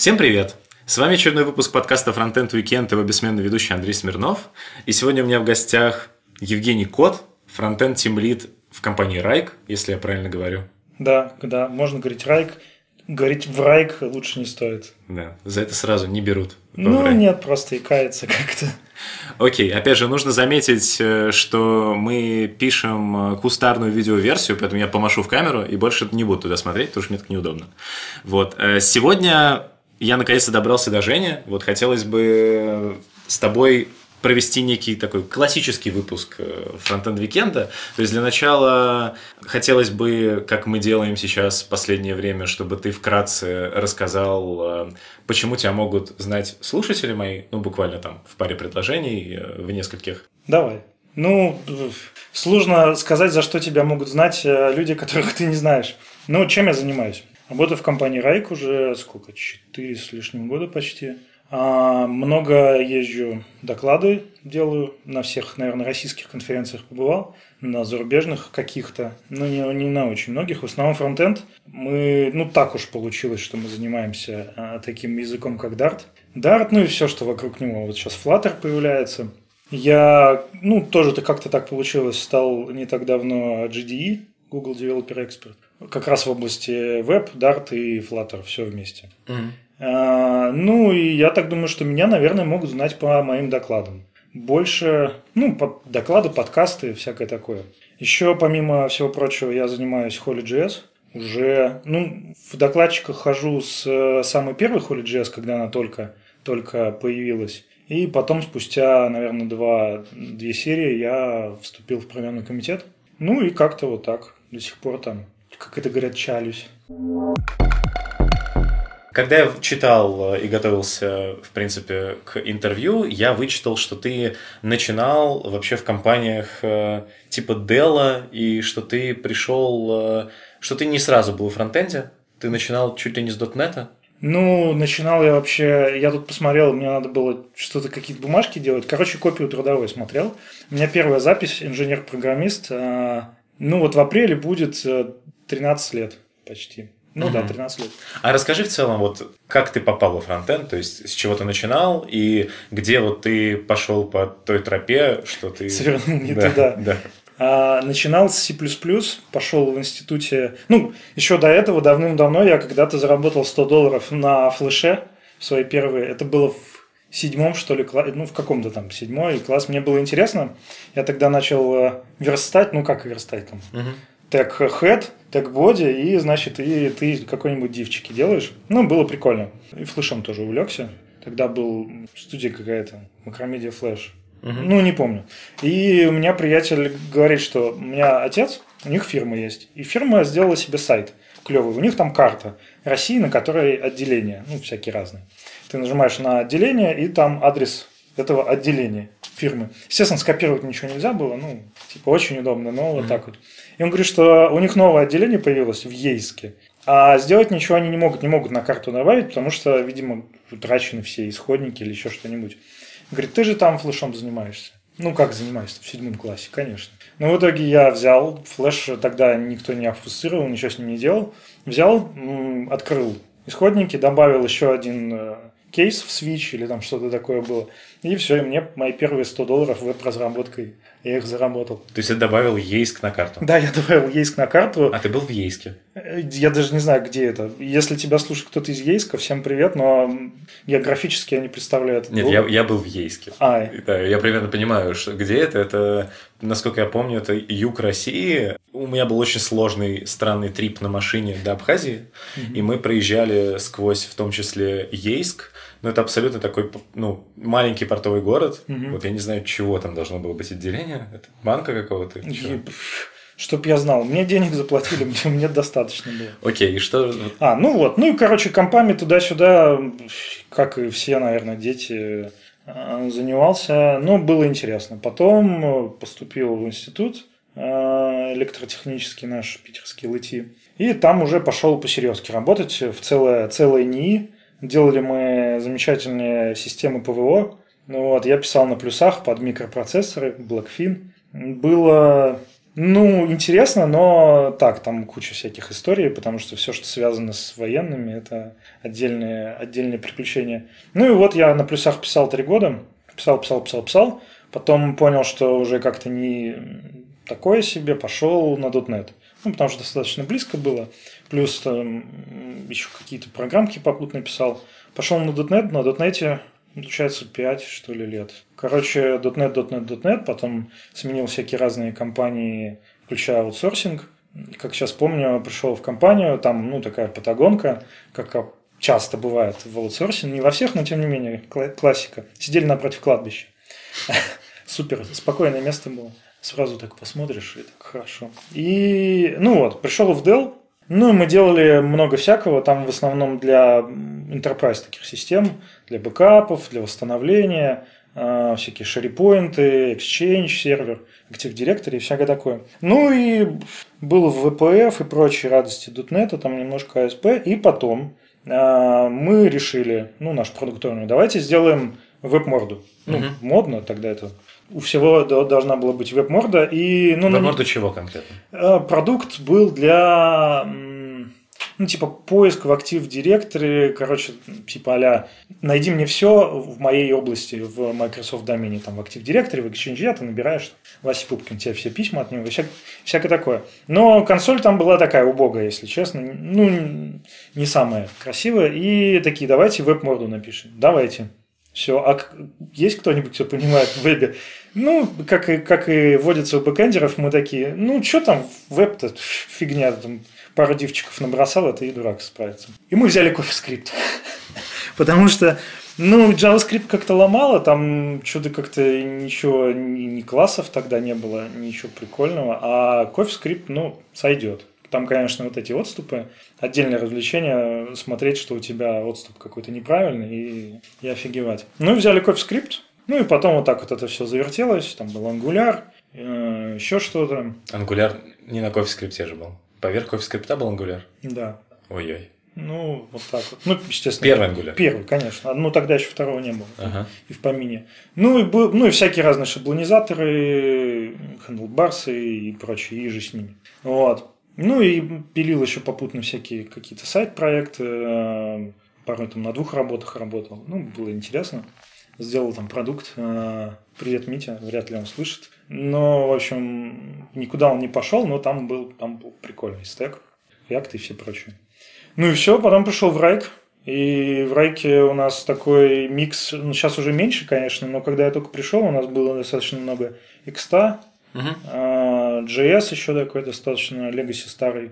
Всем привет! С вами очередной выпуск подкаста Frontend Weekend, его бессменный ведущий Андрей Смирнов. И сегодня у меня в гостях Евгений Кот, Frontend Team Lead в компании Rike, если я правильно говорю. Да, можно говорить Rike. Говорить в Rike лучше не стоит. Да, за это сразу не берут. Нет, просто икается как-то. Окей, опять же, нужно заметить, что мы пишем кустарную видеоверсию, поэтому я помашу в камеру и больше не буду туда смотреть, потому что мне так неудобно. Вот. Сегодня я наконец-то добрался до Жени. Вот хотелось бы с тобой провести некий такой классический выпуск Frontend Weekend. То есть для начала хотелось бы, как мы делаем сейчас в последнее время, чтобы ты вкратце рассказал, почему тебя могут знать слушатели мои, буквально там в паре предложений, в нескольких. Давай. Сложно сказать, за что тебя могут знать люди, которых ты не знаешь. Чем я занимаюсь? Работаю в компании Rike уже 4 с лишним года почти. Много езжу, доклады делаю, на всех, наверное, российских конференциях побывал, на зарубежных каких-то, но не на очень многих. В основном фронтенд. Мы, так уж получилось, что мы занимаемся таким языком, как Dart. Dart, и все, что вокруг него. Вот сейчас Flutter появляется. Я, тоже как-то так получилось, стал не так давно GDE, Google Developer Expert. Как раз в области веб, Dart и Flutter, все вместе. И я так думаю, что меня, наверное, могут знать по моим докладам. Больше, доклады, подкасты, всякое такое. Еще, помимо всего прочего, я занимаюсь Holy.js. Уже, в докладчиках хожу с самой первой Holy.js, когда она только появилась. И потом, спустя, наверное, две серии, я вступил в программный комитет. И как-то вот так. До сих пор там, как это говорят, чалюсь. Когда я читал и готовился, в принципе, к интервью, я вычитал, что ты начинал вообще в компаниях типа Dell, и что ты пришел, что ты не сразу был в фронтенде, ты начинал чуть ли не с .NET. Начинал я вообще, я тут посмотрел, мне надо было какие-то бумажки делать, копию трудовой смотрел. У меня первая запись, инженер-программист, в апреле будет 13 лет почти. 13 лет. А расскажи в целом, как ты попал во фронтенд, то есть с чего ты начинал, и где ты пошел по той тропе, что ты... Свернул не туда. Да. Начинал с C++, пошел в институте... еще до этого, давным-давно, я когда-то заработал $100 на флеше, в свои первые... Это было в 7-м, что ли, классе, в каком-то там 7-й класс. Мне было интересно. Я тогда начал верстать, как верстать там... Тег-хед, тег-боди, и, значит, и ты какой-нибудь дивчики делаешь. Было прикольно. И флешом тоже увлекся. Тогда был студия какая-то, Macromedia Flash. Не помню. И у меня приятель говорит, что у меня отец, у них фирма есть. И фирма сделала себе сайт клевый. У них там карта России, на которой отделения, всякие разные. Ты нажимаешь на отделение, и там адрес этого отделения фирмы. Естественно, скопировать ничего нельзя было, очень удобно, но вот так вот. И он говорит, что у них новое отделение появилось в Ейске, а сделать ничего они не могут на карту добавить, потому что, видимо, утрачены все исходники или еще что-нибудь. Говорит, ты же там флешом занимаешься. Как занимаешься? В 7 классе, конечно. В итоге я взял флеш, тогда никто не обфусцировал, ничего с ним не делал. Взял, открыл исходники, добавил еще один кейс в Switch или там что-то такое было. И все, и мне мои первые $100 веб-разработкой, я их заработал. То есть ты добавил Ейск на карту? Да, я добавил Ейск на карту. А ты был в Ейске? Я даже не знаю, где это. Если тебя слушает кто-то из Ейска, всем привет, но географически я не представляю это. Нет, я был в Ейске. Да, я примерно понимаю, где это. Это, насколько я помню, это юг России. У меня был очень сложный, странный трип на машине до Абхазии, и мы проезжали сквозь, в том числе, Ейск. Это абсолютно такой, маленький портовый город. Я не знаю, чего там должно было быть отделение. Это банка какого-то? Чтоб я знал. Мне денег заплатили, мне достаточно было. Окей, и что? Компами туда-сюда, как и все, наверное, дети, занимался. Было интересно. Потом поступил в институт электротехнический наш, питерский ЛТИ. И там уже пошел посерьезки работать в целое НИИ. Делали мы замечательные системы ПВО. Я писал на плюсах под микропроцессоры, Blackfin. Было Ну, интересно, но так, там куча всяких историй, потому что все, что связано с военными, это отдельные приключения. Ну и вот я на плюсах писал 3 года, писал, потом понял, что уже как-то не такое себе, пошел на .NET. Ну, потому что достаточно близко было, плюс там еще какие-то программки попутно писал. Пошел на .NET, на .NET, получается, 5, что ли, лет. Короче, .NET, потом сменил всякие разные компании, включая аутсорсинг. Как сейчас помню, пришел в компанию, там, ну, такая патагонка, как часто бывает в аутсорсинге, не во всех, но тем не менее, классика. Сидели напротив кладбища. Супер, спокойное место было. Сразу так посмотришь, и так хорошо. И, ну вот, пришел в Dell. Ну, мы делали много всякого, там в основном для enterprise таких систем, для бэкапов, для восстановления, всякие SharePoint, Exchange сервер, Active Directory и всякое такое. Ну и был в VPF и прочие радости .NET, там немножко ASP, и потом мы решили, ну, наш продукт owner, давайте сделаем веб-морду. Ну, модно тогда это. У всего должна была быть веб-морда. И, ну, веб-морду чего конкретно? Продукт был для, ну, типа, поиск в Active Directory, короче, типа а-ля найди мне все в моей области, в Microsoft домене, там, в Active Directory, в Exchange, ты набираешь Вася Пупкин, тебе все письма от него, всякое такое. Но консоль там была такая убогая, если честно, ну, не самая красивая. И такие, давайте веб-морду напишем. Давайте. Все. А есть кто-нибудь, кто понимает в вебе? Ну, как и водится у бэкэндеров, мы такие, ну, что там, веб-то фигня, там пару дивчиков набросал, это и дурак справится. И мы взяли CoffeeScript. Потому что, ну, JavaScript как-то ломало, там что-то как-то ничего, ни классов тогда не было, ничего прикольного, а CoffeeScript, ну, сойдет. Там, конечно, вот эти отступы, отдельное развлечение, смотреть, что у тебя отступ какой-то неправильный и офигевать. Ну, и взяли CoffeeScript, ну, и потом вот так вот это все завертелось, там был Angular, еще что-то. Angular не на CoffeeScript же был. Поверх CoffeeScript был Angular? Да. Ой-ой. Ну, вот так вот. Ну, естественно. Первый Angular? Первый, конечно. Ну, тогда еще второго не было. Ага. И в помине. Ну, и всякие разные шаблонизаторы, handlebars и прочее, и же с ними. Вот. Ну, и пилил еще попутно всякие какие-то сайт-проекты. Порой там на 2 работах работал. Ну, было интересно. Сделал там продукт. Привет, Митя. Вряд ли он слышит. Но, в общем, никуда он не пошел, но там был прикольный стек. React и все прочее. Ну и все, потом пришел в Райк. И в Райке у нас такой микс, ну сейчас уже меньше, конечно, но когда я только пришел, у нас было достаточно много Xta, JS еще такой достаточно, Legacy старый.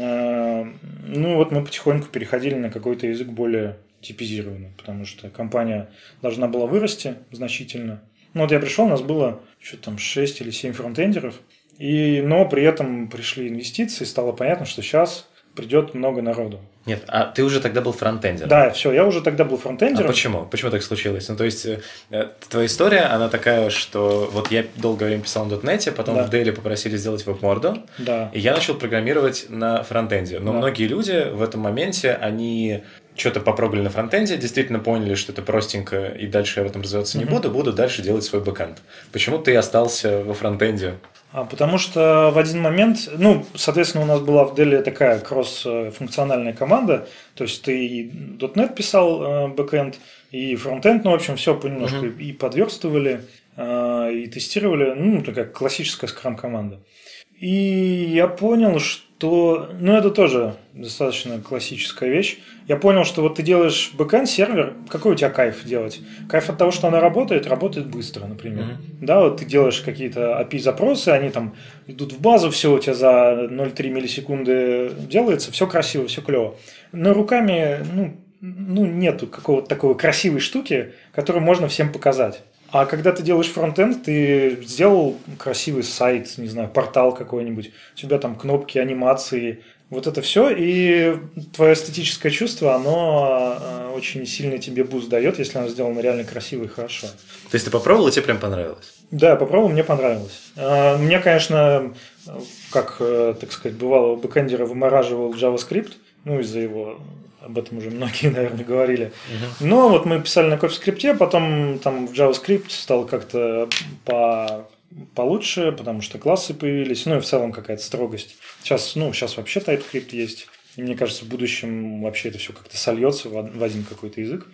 Ну вот мы потихоньку переходили на какой-то язык более типизированный, потому что компания должна была вырасти значительно. Ну вот я пришел, у нас было что-то там 6 или 7 фронтендеров, но при этом пришли инвестиции, стало понятно, что сейчас придет много народу. Нет, а ты уже тогда был фронтендером? Да, все, я уже тогда был фронтендером. А почему? Почему так случилось? Ну, то есть, твоя история, она такая, что вот я долгое время писал на .NET, потом в Dell попросили сделать веб-морду, и я начал программировать на фронтенде. Но многие люди в этом моменте, они что-то попробовали на фронтенде, действительно поняли, что это простенько, и дальше я в этом развиваться не буду дальше делать свой бэкэнд. Почему ты остался во фронтенде? Потому что в один момент, ну, соответственно, у нас была в Dell такая кросс-функциональная команда, то есть ты и .NET писал бэкэнд, и фронтенд, ну, в общем, все понемножку и подверстывали, и тестировали, ну, такая классическая скрам-команда. И я понял, что, ну, это тоже достаточно классическая вещь. Я понял, что вот ты делаешь бэкэнд-сервер, какой у тебя кайф делать? Кайф от того, что она работает быстро, например. Да, вот ты делаешь какие-то API-запросы, они там идут в базу, все у тебя за 0,3 миллисекунды делается, все красиво, все клево. Но руками, ну, нету какого-то такой красивой штуки, которую можно всем показать. А когда ты делаешь фронтенд, ты сделал красивый сайт, не знаю, портал какой-нибудь, у тебя там кнопки, анимации, вот это все, и твое эстетическое чувство, оно очень сильно тебе буст дает, если оно сделано реально красиво и хорошо. То есть ты попробовал, и тебе прям понравилось? Да, я попробовал, мне понравилось. Мне, конечно, как, так сказать, бывалого бэкэндера вымораживал JavaScript, ну, из-за его... Об этом уже многие, наверное, говорили. Но вот мы писали на CoffeeScript, потом там в JavaScript стал как-то получше, потому что классы появились, ну и в целом какая-то строгость. Сейчас вообще TypeScript есть. И мне кажется, в будущем вообще это все как-то сольется в один какой-то язык.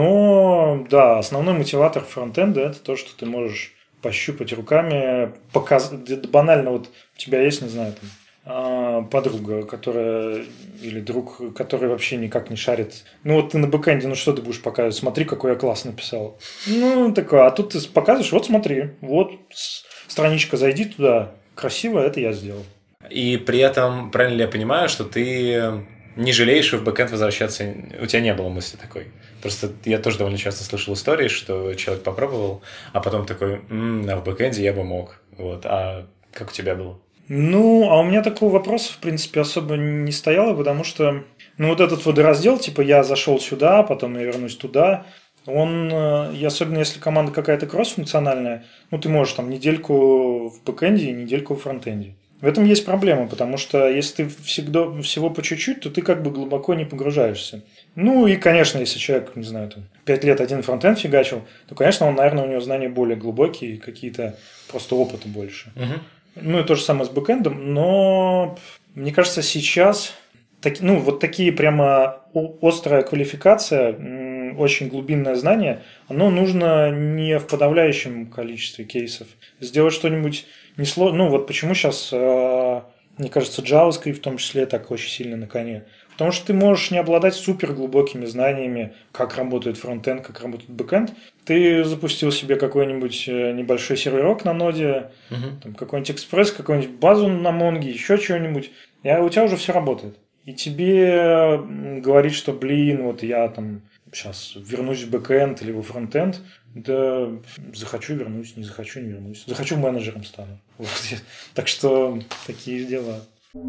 Но, да, основной мотиватор фронтенда – это то, что ты можешь пощупать руками, показать. Банально, вот у тебя есть, не знаю, там, подруга, которая, или друг, который вообще никак не шарит. Ну, вот ты на бэкэнде, ну, что ты будешь показывать? Смотри, какой я класс написал. Ну, такое. А тут ты показываешь, вот смотри, вот страничка, зайди туда. Красиво, это я сделал. И при этом, правильно ли я понимаю, что ты не жалеешь в бэкэнд возвращаться? У тебя не было мысли такой? Просто я тоже довольно часто слышал истории, что человек попробовал, а потом такой, а в бэкэнде я бы мог. Вот. А как у тебя было? Ну, а у меня такого вопроса, в принципе, особо не стояло, потому что, ну, вот этот водораздел, типа, я зашел сюда, потом я вернусь туда, он, и особенно если команда какая-то кросс-функциональная, ну, ты можешь там недельку в бэкэнде и недельку в фронтенде. В этом есть проблема, потому что если ты всего по чуть-чуть, то ты как бы глубоко не погружаешься. Ну и, конечно, если человек, не знаю, там, 5 лет один фронтенд фигачил, то, конечно, он, наверное, у него знания более глубокие, какие-то просто опыта больше. Ну и то же самое с бэкэндом, но мне кажется, сейчас вот такие прямо острая квалификация, очень глубинное знание, оно нужно не в подавляющем количестве кейсов. Сделать что-нибудь несложно. Ну вот почему сейчас, мне кажется, JavaScript в том числе так очень сильно на коне. Потому что ты можешь не обладать супер глубокими знаниями, как работает фронтенд, как работает бэкенд. Ты запустил себе какой-нибудь небольшой серверок на ноде, там, какой-нибудь экспресс, какую-нибудь базу на Монге, еще чего-нибудь, и у тебя уже все работает. И тебе говорить, что, вот я там сейчас вернусь в бэкенд или во фронтенд, да захочу вернусь, не захочу не вернусь. Захочу менеджером стану. Вот. Так что такие дела.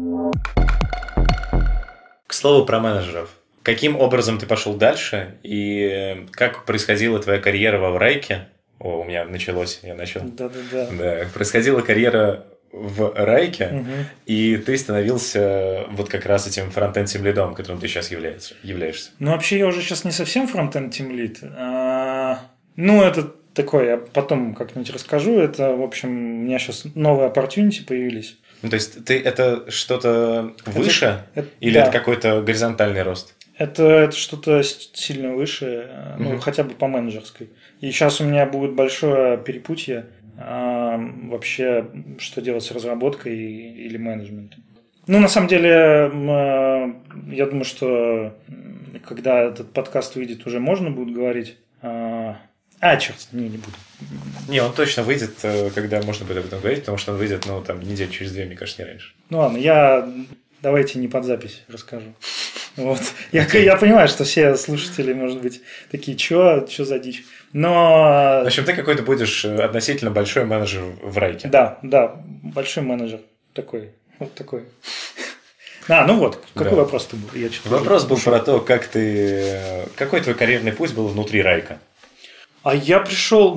К слову про менеджеров. Каким образом ты пошел дальше и как происходила твоя карьера во Врайке? О, у меня началось, я начал. Да, происходила карьера в Райке, и ты становился вот как раз этим фронтенд-тимлидом, которым ты сейчас являешься. Ну, вообще, я уже сейчас не совсем фронтенд-тимлид. Ну, это такое, я потом как-нибудь расскажу. Это, в общем, у меня сейчас новые opportunity появились. Ну, то есть, ты это что-то выше? Или это какой-то горизонтальный рост? Это что-то сильно выше, ну, хотя бы по менеджерской. И сейчас у меня будет большое перепутье вообще, что делать с разработкой или менеджментом. Ну, на самом деле, я думаю, что когда этот подкаст выйдет, уже можно будет говорить. Черт, не буду. Не, он точно выйдет, когда можно будет об этом говорить, потому что он выйдет, ну, там, неделю через 2, мне кажется, не раньше. Ну, ладно, давайте не под запись расскажу. Вот. Я понимаю, что все слушатели, может быть, такие, что за дичь. Но... В общем, ты какой-то будешь относительно большой менеджер в Райке. Да, большой менеджер. Такой. Вот такой. Ну вот, какой вопрос ты был? Вопрос был про то, какой твой карьерный путь был внутри Райка. А я пришел,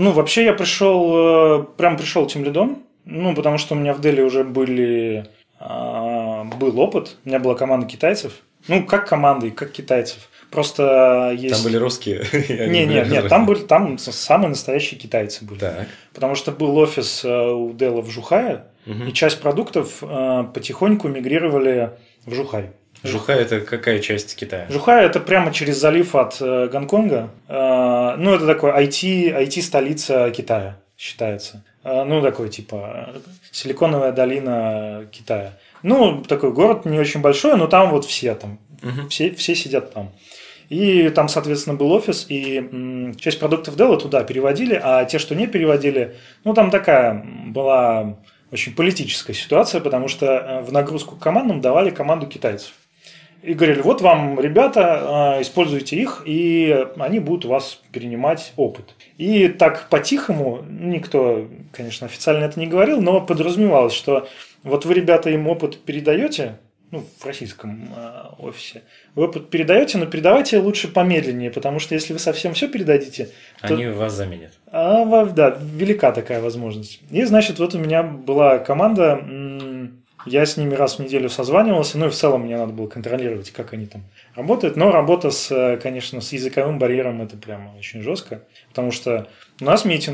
пришел тимлидом, потому что у меня в Дели уже был опыт, у меня была команда китайцев, как команда и как китайцев, просто есть... Там были русские? Нет, там самые настоящие китайцы были, так. Потому что был офис у Дела в Жухае, и часть продуктов потихоньку мигрировали в Жухай. Жухай – это какая часть Китая? Жухай – это прямо через залив от Гонконга. Это такой IT-столица Китая считается. Такой типа Силиконовая долина Китая. Такой город не очень большой, но там вот все там. Все сидят там. И там, соответственно, был офис, и часть продуктов Dell туда переводили, а те, что не переводили, там такая была очень политическая ситуация, потому что в нагрузку к командам давали команду китайцев. И говорили, вот вам ребята, используйте их, и они будут у вас перенимать опыт. И так по-тихому, никто, конечно, официально это не говорил, но подразумевалось, что вот вы, ребята, им опыт передаете, в российском офисе, вы опыт передаете, но передавайте лучше помедленнее, потому что если вы совсем все передадите... Они вас заменят. Да, велика такая возможность. И, значит, вот у меня была команда... Я с ними раз в неделю созванивался, и в целом мне надо было контролировать, как они там работают. Но работа, конечно, с языковым барьером это прямо очень жестко, потому что у нас митинг,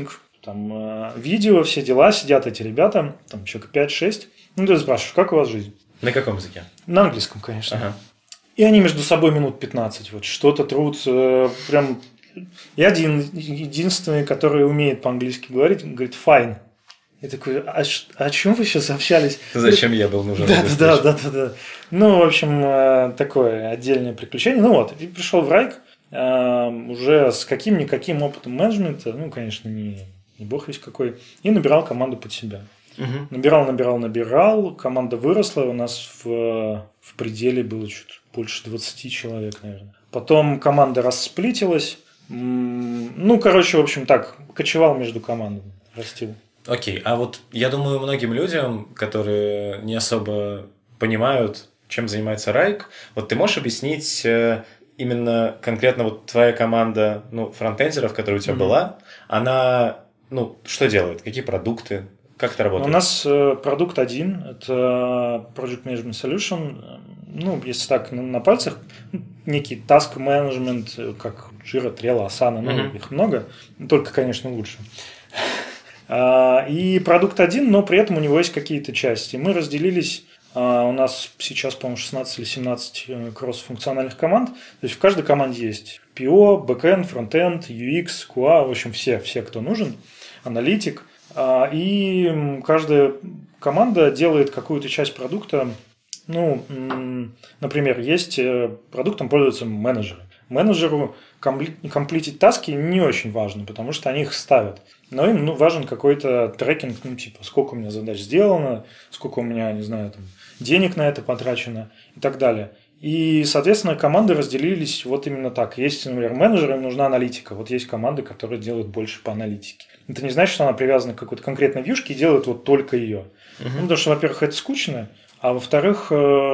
там видео, все дела, сидят эти ребята, там человек 5-6. Ну, ты спрашиваешь, как у вас жизнь? На каком языке? На английском, конечно. Ага. И они между собой минут 15 вот что-то трут, прям... Я единственный, который умеет по-английски говорить, он говорит fine. Я такой, о чем вы сейчас общались? Зачем я был нужен? Да. Ну, в общем, такое отдельное приключение. Ну вот, и пришел в Райк уже с каким-никаким опытом менеджмента, ну, конечно, не бог весь какой, и набирал команду под себя. Угу. Набирал, команда выросла, у нас в пределе было чуть больше 20 человек, наверное. Потом команда рассплитилась. Ну, короче, в общем, так, кочевал между командами, растил. Окей, а вот я думаю, многим людям, которые не особо понимают, чем занимается Райк, вот ты можешь объяснить именно конкретно вот твоя команда, ну, фронтендеров, которая у тебя была, она, ну, что делает, какие продукты, как это работает? У нас продукт один, это Project Management Solution, ну, если так, на пальцах, некий task management, как Jira, Trello, Asana, ну, их много, только, конечно, лучше. И продукт один, но при этом у него есть какие-то части. Мы разделились, у нас сейчас, по-моему, 16 или 17 кросс-функциональных команд. То есть в каждой команде есть PO, Backend, Frontend, UX, QA, в общем, все, кто нужен, аналитик. И каждая команда делает какую-то часть продукта. Ну, например, есть продуктом пользуются менеджеры. Менеджеру комплитить таски не очень важно, потому что они их ставят. Но им важен какой-то трекинг, ну, типа, сколько у меня задач сделано, сколько у меня, не знаю, там, денег на это потрачено и так далее. И, соответственно, команды разделились вот именно так. Есть, например, менеджеру, им нужна аналитика. Вот есть команды, которые делают больше по аналитике. Это не значит, что она привязана к какой-то конкретной вьюшке и делает вот только ее. Ну, потому что, во-первых, это скучно, а во-вторых,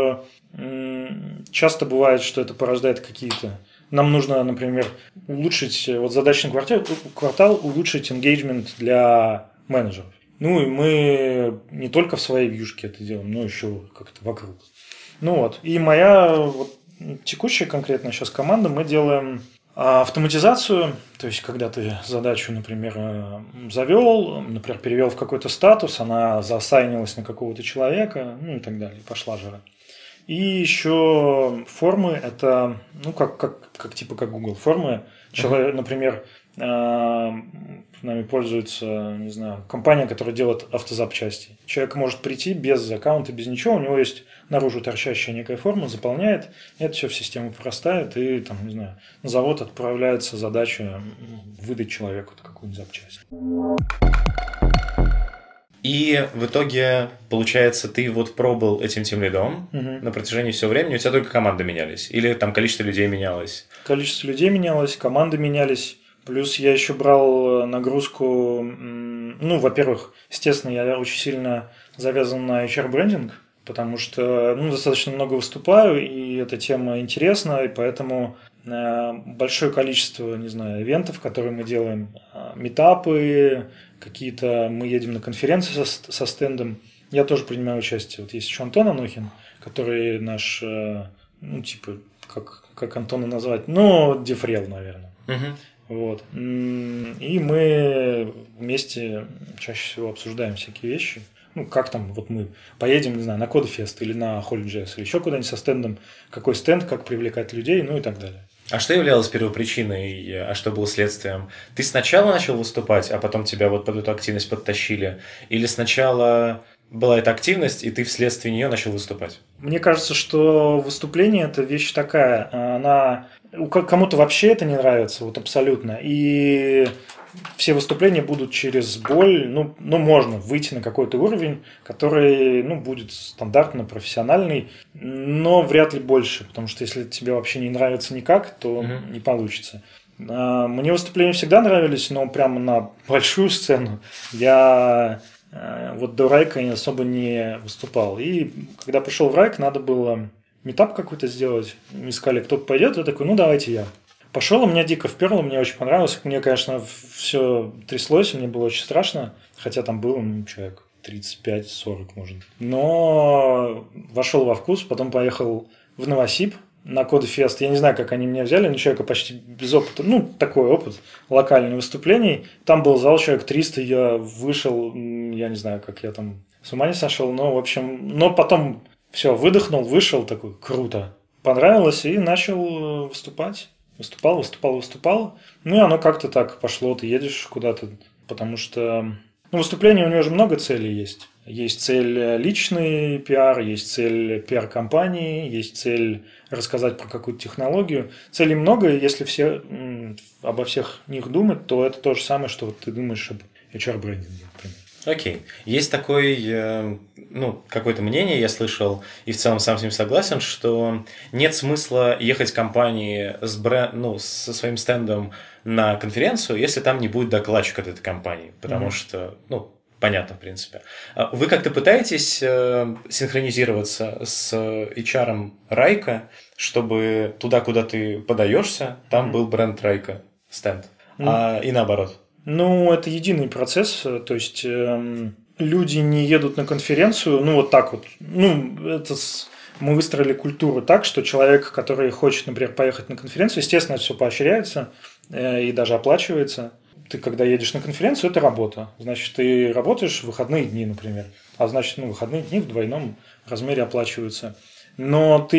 часто бывает, что это порождает какие-то... Нам нужно, например, улучшить вот задачный квартал, улучшить engagement для менеджеров. Ну, и мы не только в своей вьюшке это делаем, но еще как-то вокруг. Ну вот. И моя вот текущая конкретно сейчас команда, мы делаем автоматизацию, то есть, когда ты задачу, например, завел, например, перевел в какой-то статус, она заассайнилась на какого-то человека, ну и так далее, пошла жара. И еще формы, это, ну, как Google формы. Человек, например, нами пользуется, не знаю, компания, которая делает автозапчасти. Человек может прийти без аккаунта, без ничего, у него есть наружу торчащая некая форма, заполняет, это все в систему простает, и, там, не знаю, на завод отправляется задача выдать человеку какую-нибудь запчасть. И в итоге, получается, ты вот пробовал этим тимлидом на протяжении всего времени, у тебя только команды менялись? Или там количество людей менялось? Количество людей менялось, команды менялись. Плюс я еще брал нагрузку, ну, во-первых, естественно, я очень сильно завязан на HR-брендинг, потому что, ну, достаточно много выступаю, и эта тема интересна, и поэтому большое количество, не знаю, ивентов, которые мы делаем, митапы, какие-то, мы едем на конференции со стендом, я тоже принимаю участие. Вот есть еще Антон Анохин, который наш, ну, типа, как Антона назвать, ну, дефрел, наверное. Вот. И мы вместе чаще всего обсуждаем всякие вещи. Ну, как там, вот мы поедем, не знаю, на Кодефест или на HolyJS, или еще куда-нибудь со стендом, какой стенд, как привлекать людей, ну и так далее. А что являлось первопричиной, а что было следствием? Ты сначала начал выступать, а потом тебя вот под эту активность подтащили? Или сначала была эта активность, и ты вследствие нее начал выступать? Мне кажется, что выступление – это вещь такая, она... Кому-то вообще это не нравится, вот абсолютно. И все выступления будут через боль. Ну, можно выйти на какой-то уровень, который, ну, будет стандартно, профессиональный, но вряд ли больше. Потому что если тебе вообще не нравится никак, то не получится. Мне выступления всегда нравились, но прямо на большую сцену я вот до Райка особо не выступал. И когда пришел в Райк, надо было... митап какой-то сделать, искали, кто-то пойдет, я такой, ну, давайте я. Пошел, у меня дико вперло, мне очень понравилось. Мне, конечно, все тряслось, мне было очень страшно, хотя там было, ну, человек 35-40, может. Но вошел во вкус, потом поехал в Новосиб, на Кодефест. Я не знаю, как они меня взяли, но человека почти без опыта. Ну, такой опыт локальных выступлений. Там был зал человек 300, я вышел, я не знаю, как я там с ума не сошел, но, в общем, но потом все, выдохнул, вышел, такой, круто. Понравилось и начал выступать. Выступал. Ну, и оно как-то так пошло, ты едешь куда-то, потому что... Ну, выступление у него же много целей есть. Есть цель личный пиар, есть цель пиар-компании, есть цель рассказать про какую-то технологию. Целей много, и если все обо всех них думать, то это то же самое, что вот ты думаешь об HR-брендинге, например. Окей. Есть такое, какое-то мнение, я слышал, и в целом сам с ним согласен, что нет смысла ехать в компании со своим стендом на конференцию, если там не будет докладчика от этой компании, потому что, понятно, в принципе. Вы как-то пытаетесь синхронизироваться с HR Райка, чтобы туда, куда ты подаешься, там был бренд Райка стенд, и наоборот? Ну, это единый процесс, то есть люди не едут на конференцию, вот так вот. Мы выстроили культуру так, что человек, который хочет, например, поехать на конференцию, естественно, это все поощряется и даже оплачивается. Ты, когда едешь на конференцию, это работа. Значит, ты работаешь в выходные дни, например. А значит, выходные дни в двойном размере оплачиваются. Но ты,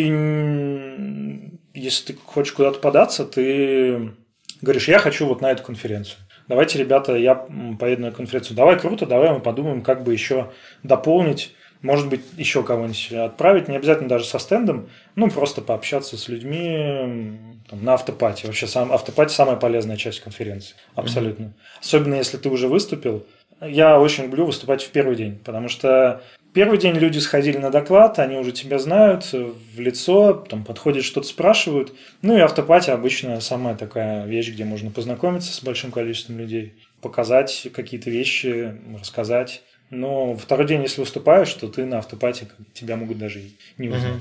если ты хочешь куда-то податься, ты говоришь, я хочу вот на эту конференцию. Давайте, ребята, я поеду на конференцию. Давай, круто, давай мы подумаем, как бы еще дополнить, может быть, еще кого-нибудь отправить, не обязательно даже со стендом, просто пообщаться с людьми на автопати. Вообще, автопати – самая полезная часть конференции, абсолютно. Особенно, если ты уже выступил. Я очень люблю выступать в первый день, потому что первый день люди сходили на доклад, они уже тебя знают в лицо, подходят, что-то спрашивают. И автопати обычно самая такая вещь, где можно познакомиться с большим количеством людей, показать какие-то вещи, рассказать. Но второй день, если выступаешь, то ты на автопати, тебя могут даже и не узнать.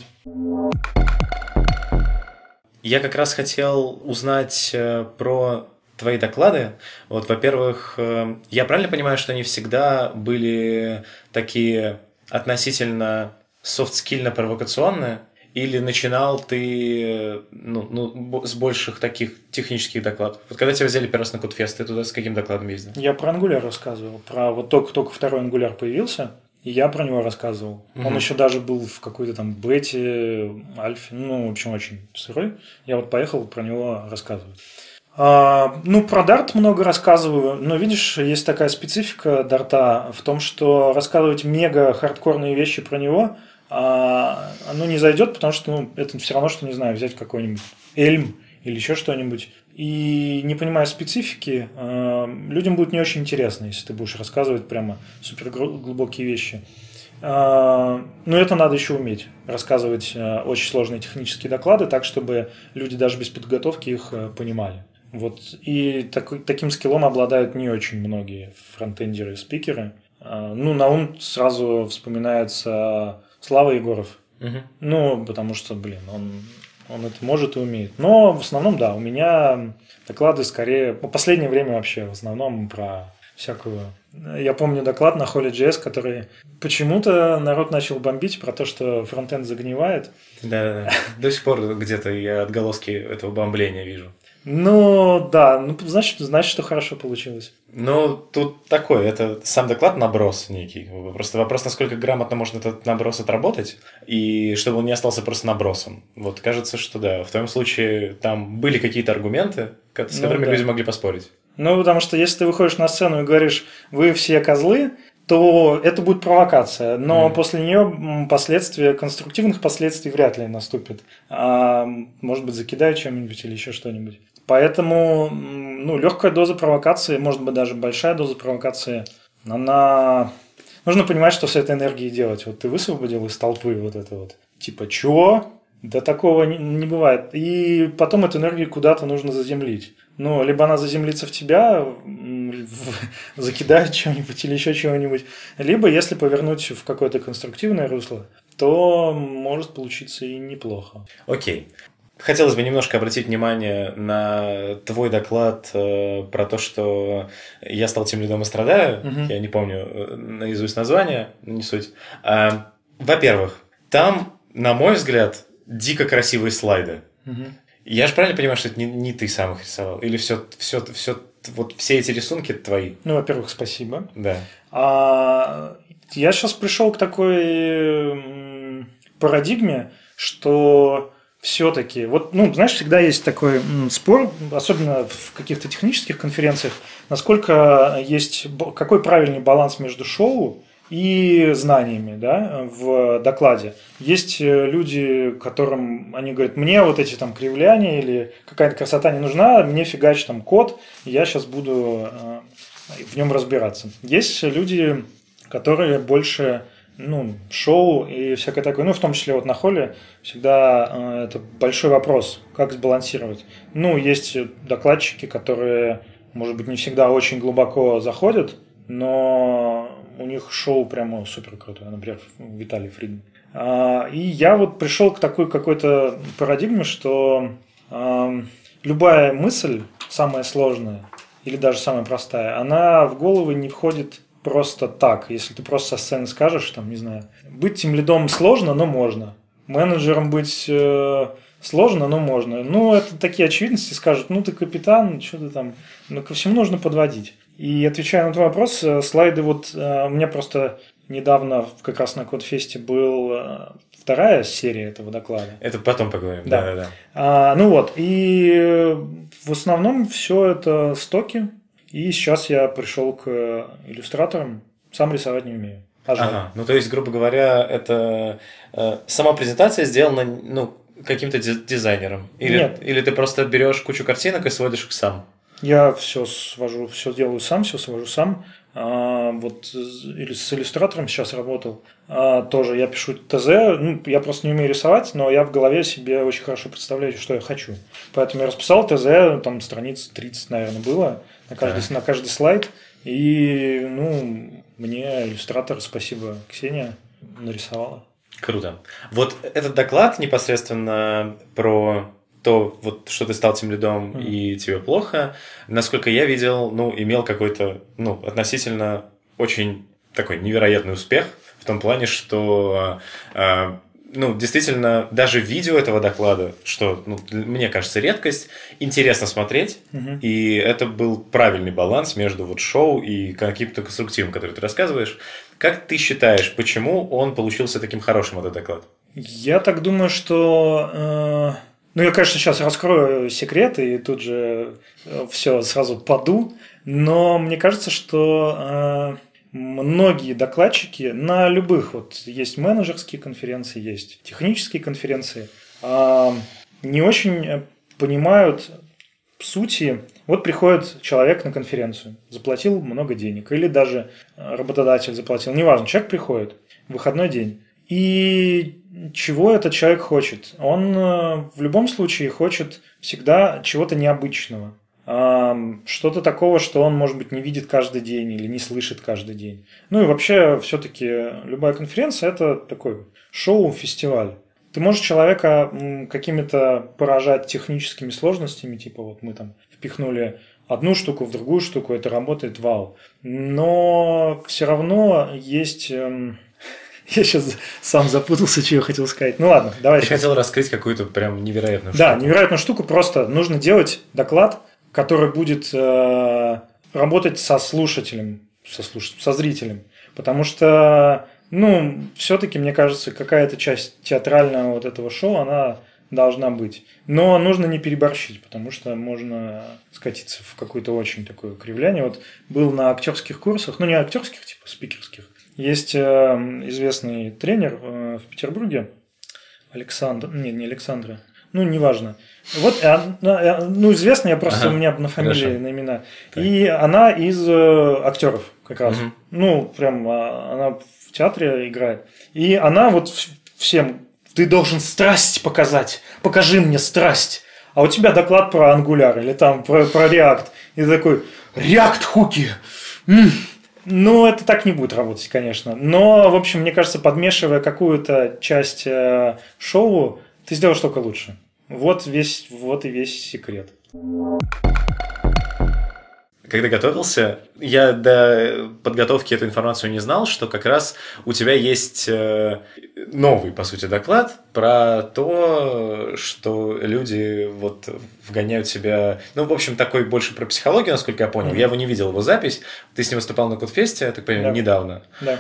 Я как раз хотел узнать про твои доклады. Во-первых, я правильно понимаю, что они всегда были такие относительно софт-скильно-провокационные? Или начинал ты с больших таких технических докладов? Когда тебя взяли первый раз на Кодфест, ты туда с каким докладом ездил? Я про Angular рассказывал. Про только второй Angular появился, и я про него рассказывал. Он еще даже был в какой-то бете, альфе, в общем, очень сырой. Я поехал про него рассказывать. Про Dart много рассказываю, но видишь, есть такая специфика Dart в том, что рассказывать мега хардкорные вещи про него оно не зайдет, потому что это все равно, что, не знаю, взять какой-нибудь Elm или еще что-нибудь. И не понимая специфики, людям будет не очень интересно, если ты будешь рассказывать прямо супер глубокие вещи. Но это надо еще уметь, рассказывать очень сложные технические доклады так, чтобы люди даже без подготовки их понимали. И таким скиллом обладают не очень многие фронтендеры и спикеры. На ум сразу вспоминается Слава Егоров. Потому что, он это может и умеет. Но в основном, да, у меня доклады скорее... В последнее время вообще в основном про всякую... Я помню доклад на Holy.js, который почему-то народ начал бомбить про то, что фронтенд загнивает. Да. До сих пор где-то я отголоски этого бомбления вижу. Значит, что хорошо получилось. Тут такой, это сам доклад наброс некий. Просто вопрос, насколько грамотно можно этот наброс отработать, и чтобы он не остался просто набросом. Кажется, что да, в твоем случае там были какие-то аргументы, с которыми люди могли поспорить. Потому что если ты выходишь на сцену и говоришь, вы все козлы, то это будет провокация, но после нее конструктивных последствий вряд ли наступит. Может быть, закидают чем-нибудь или еще что-нибудь. Поэтому, легкая доза провокации, может быть, даже большая доза провокации, нужно понимать, что с этой энергией делать. Ты высвободил из толпы типа, чего? Да такого не бывает. И потом эту энергию куда-то нужно заземлить. Либо она заземлится в тебя, закидают чем-нибудь или еще чего-нибудь, либо, если повернуть в какое-то конструктивное русло, то может получиться и неплохо. Окей. Хотелось бы немножко обратить внимание на твой доклад про то, что я стал тимлидом и страдаю. Я не помню наизусть название, не суть. Во-первых, там, на мой взгляд, дико красивые слайды. Я же правильно понимаю, что это не ты сам их рисовал? Или все вот все эти рисунки твои? Ну, во-первых, спасибо. Да. Я сейчас пришел к такой парадигме, что все-таки, вот, ну, знаешь, всегда есть такой спор, особенно в каких-то технических конференциях, насколько есть, какой правильный баланс между шоу и знаниями, да, в докладе. Есть люди, которым они говорят, мне вот эти там кривляния или какая-то красота не нужна, мне фигач там код, я сейчас буду в нем разбираться. Есть люди, которые больше, ну, шоу и всякое такое, ну, в том числе вот на холле всегда это большой вопрос, как сбалансировать. Ну, есть докладчики, которые, может быть, не всегда очень глубоко заходят, но у них шоу прямо супер крутое, например, Виталий Фридман. И я вот пришел к такой какой-то парадигме, что любая мысль, самая сложная или даже самая простая, она в голову не входит просто так. Если ты просто со сцены скажешь, там, не знаю, быть тимлидом сложно, но можно. Менеджером быть сложно, но можно. Ну, это такие очевидности, скажут, ну, ты капитан, что ты там, ну, ко всему нужно подводить. И отвечая на твой вопрос, слайды вот, у меня просто недавно как раз на Кодфесте была вторая серия этого доклада. Это потом поговорим. Да. Ну вот, и в основном все это стоки, и сейчас я пришел к иллюстраторам, сам рисовать не умею. Ага, ну то есть, грубо говоря, это сама презентация сделана, ну, каким-то дизайнером? Или ты просто берешь кучу картинок и сводишь их сам? Я все свожу, все делаю сам, все свожу сам. Вот или с иллюстратором сейчас работал. Тоже я пишу ТЗ. Ну, я просто не умею рисовать, но я в голове себе очень хорошо представляю, что я хочу. Поэтому я расписал ТЗ, там страниц 30, наверное, было на каждый слайд. И, ну, мне иллюстратор, спасибо, Ксения, нарисовала. Круто. Вот этот доклад непосредственно про то, вот, что ты стал тимлидом и тебе плохо, насколько я видел, ну, имел какой-то, ну, относительно очень такой невероятный успех в том плане, что, ну, действительно, даже видео этого доклада, что, ну, мне кажется, редкость, интересно смотреть, и это был правильный баланс между вот шоу и каким-то конструктивом, который ты рассказываешь. Как ты считаешь, почему он получился таким хорошим, этот доклад? Я так думаю, что... Ну, я, конечно, сейчас раскрою секреты и тут же все сразу паду, но мне кажется, что многие докладчики на любых, вот есть менеджерские конференции, есть технические конференции, не очень понимают сути. Вот приходит человек на конференцию, заплатил много денег, или даже работодатель заплатил, неважно, человек приходит, выходной день. И чего этот человек хочет? Он в любом случае хочет всегда чего-то необычного. Что-то такого, что он, может быть, не видит каждый день или не слышит каждый день. Ну и вообще, все-таки любая конференция – это такой шоу-фестиваль. Ты можешь человека какими-то поражать техническими сложностями, типа вот мы там впихнули одну штуку в другую штуку, это работает, вау. Но все равно есть... Я сейчас сам запутался, что я хотел сказать. Ну ладно, давай. Ты хотел раскрыть какую-то прям невероятную штуку. Да, невероятную штуку. Просто нужно делать доклад, который будет работать со слушателем, со зрителем. Потому что, ну, все-таки, мне кажется, какая-то часть театрального вот этого шоу, она должна быть. Но нужно не переборщить, потому что можно скатиться в какое-то очень такое кривляние. Вот был на актерских курсах, ну не актерских, типа спикерских. Есть известный тренер в Петербурге, Александр, не Александра, ну, неважно. Вот, ну, известно, я просто, у меня на фамилии, на имена. Так. И она из актеров как раз. Ну, прям, она в театре играет. И она вот всем, ты должен страсть показать, покажи мне страсть. А у тебя доклад про Angular или там про React. И ты такой, React-хуки, Ну, это так не будет работать, конечно. Но, в общем, мне кажется, подмешивая какую-то часть шоу, ты сделаешь только лучше. Вот и весь секрет. когда готовился, я до подготовки эту информацию не знал, что как раз у тебя есть новый, по сути, доклад про то, что люди вот вгоняют себя... Ну, в общем, такой больше про психологию, насколько я понял. Я его не видел, его запись. Ты с ним выступал на Кодфесте, я так понимаю, недавно. Да.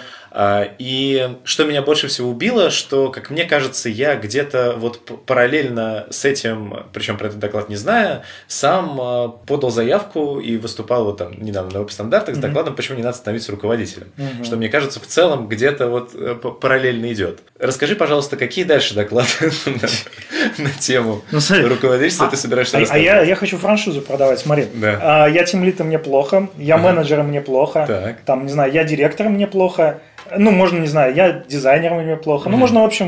И что меня больше всего убило, что, как мне кажется, я где-то вот параллельно с этим, причем про этот доклад не зная, сам подал заявку и выступал вот там недавно на веб-стандартах с докладом, почему не надо становиться руководителем. Что, мне кажется, в целом где-то вот параллельно идет. Расскажи, пожалуйста, какие дальше доклады на тему руководительства ты собираешься рассказывать? Я хочу франшизу продавать, смотри. Я тимлидом, мне плохо, я менеджером, мне плохо, там, не знаю, я директором, мне плохо. Ну, можно, не знаю, я дизайнером, мне плохо. Ну, можно, в общем,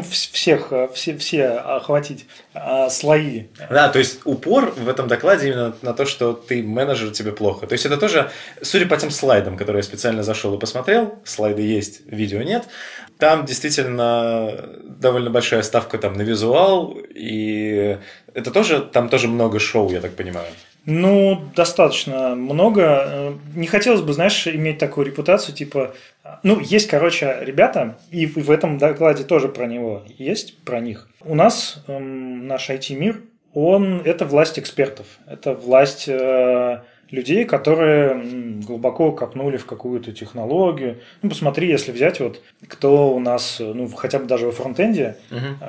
все охватить слои. Да, то есть упор в этом докладе именно на то, что ты менеджер, тебе плохо. То есть это тоже, судя по тем слайдам, которые я специально зашел и посмотрел, слайды есть, видео нет, там действительно довольно большая ставка там на визуал, и это тоже, там тоже много шоу, я так понимаю. Ну, достаточно много. Не хотелось бы, знаешь, иметь такую репутацию, типа... Ну, есть, короче, ребята, и в этом докладе тоже про него есть, про них. У нас наш IT-мир, это власть экспертов. Это власть людей, которые глубоко копнули в какую-то технологию. Ну, посмотри, если взять вот, кто у нас, ну, хотя бы даже во фронтенде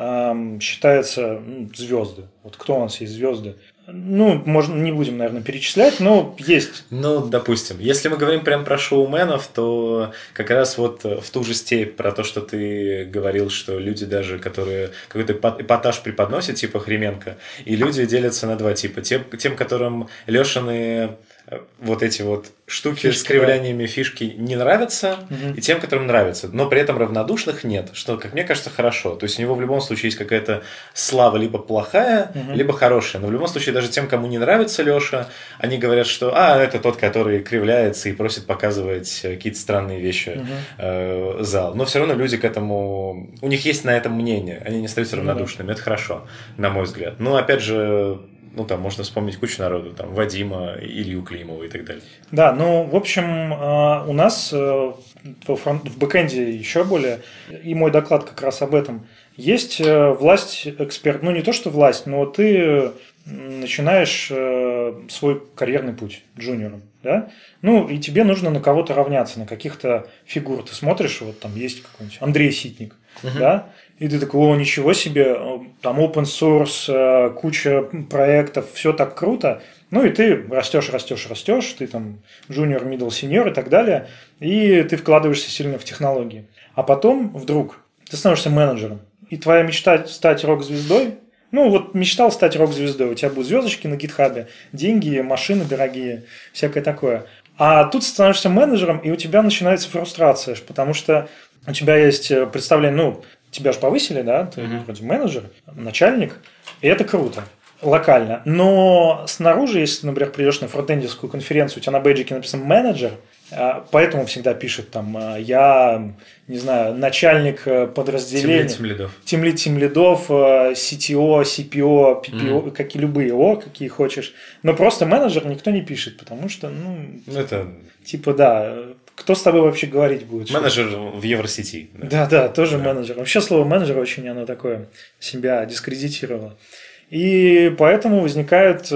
считается звезды. Вот кто у нас есть звезды? Ну, можно, не будем, наверное, перечислять, но есть. Ну, допустим. Если мы говорим прям про шоуменов, то как раз вот в ту же степь про то, что ты говорил, что люди даже, которые какой-то эпатаж преподносят, типа Хременко, и люди делятся на два типа. Тем, которым Лешины вот эти вот штуки фишки, с кривляниями фишки не нравятся, и тем, которым нравятся. Но при этом равнодушных нет, что, как мне кажется, хорошо. То есть у него в любом случае есть какая-то слава либо плохая, либо хорошая. Но в любом случае даже тем, кому не нравится Леша, они говорят, что это тот, который кривляется и просит показывать какие-то странные вещи зал. Но все равно люди к этому... У них есть на этом мнение. Они не остаются равнодушными. Это хорошо, на мой взгляд. Но опять же... Ну, там можно вспомнить кучу народу, там, Вадима, Илью Климова и так далее. Да, ну, в общем, у нас в бэкэнде еще более, и мой доклад как раз об этом, есть власть эксперт, ну, не то, что власть, но ты начинаешь свой карьерный путь джуниором, да, ну, и тебе нужно на кого-то равняться, на каких-то фигур. Ты смотришь, вот там есть какой-нибудь Андрей Ситник, да, и ты такой, ничего себе, там open source, куча проектов, все так круто. Ну, и ты растешь, ты там junior, middle, senior и так далее, и ты вкладываешься сильно в технологии. А потом вдруг ты становишься менеджером, и твоя мечта стать рок-звездой, ну, вот мечтал стать рок-звездой, у тебя будут звездочки на гитхабе, деньги, машины дорогие, всякое такое. А тут ты становишься менеджером, и у тебя начинается фрустрация, потому что у тебя есть представление, ну, тебя же повысили, да, ты вроде менеджер, начальник, и это круто, локально. Но снаружи, если, например, придешь на фронтендерскую конференцию, у тебя на бейджике написано менеджер, поэтому всегда пишет там, я, не знаю, начальник подразделения. Тимлидов, CTO, CPO, PPO, какие любые, какие хочешь. Но просто менеджер никто не пишет, потому что, это... типа, да, кто с тобой вообще говорить будет? Менеджер в Евросети. Да, тоже менеджер. Вообще слово менеджер очень оно такое себя дискредитировало. И поэтому возникают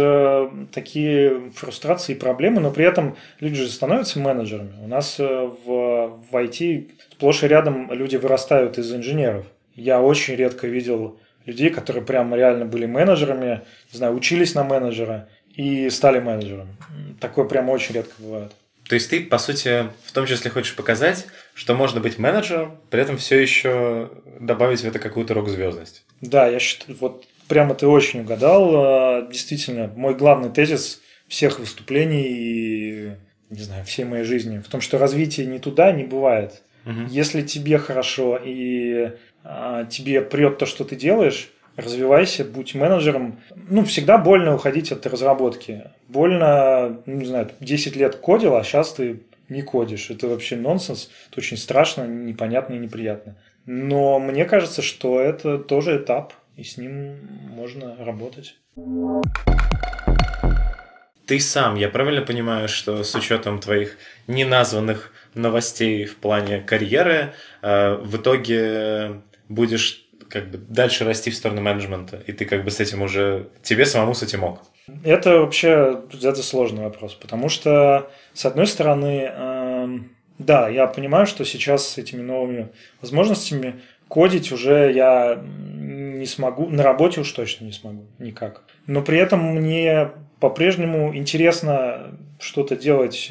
такие фрустрации и проблемы, но при этом люди же становятся менеджерами. У нас в IT сплошь и рядом люди вырастают из инженеров. Я очень редко видел людей, которые прям реально были менеджерами, не знаю, учились на менеджера и стали менеджером. Такое прям очень редко бывает. То есть ты, по сути, в том числе хочешь показать, что можно быть менеджером, при этом все еще добавить в это какую-то рок-звездность. Да, я считаю, вот прямо ты очень угадал. Действительно, мой главный тезис всех выступлений и, не знаю, всей моей жизни в том, что развитие не туда не бывает. Если тебе хорошо и тебе прет то, что ты делаешь, развивайся, будь менеджером. Ну, всегда больно уходить от разработки. Больно, не знаю, 10 лет кодил, а сейчас ты не кодишь. Это вообще нонсенс. Это очень страшно, непонятно и неприятно. Но мне кажется, что это тоже этап, и с ним можно работать. ты сам, я правильно понимаю, что с учетом твоих неназванных новостей в плане карьеры, в итоге будешь как бы дальше расти в сторону менеджмента, и ты как бы с этим уже, тебе самому с этим ок? Это вообще это сложный вопрос, потому что, с одной стороны, да, я понимаю, что сейчас с этими новыми возможностями кодить уже я не смогу, на работе уж точно не смогу, никак. Но при этом мне по-прежнему интересно что-то делать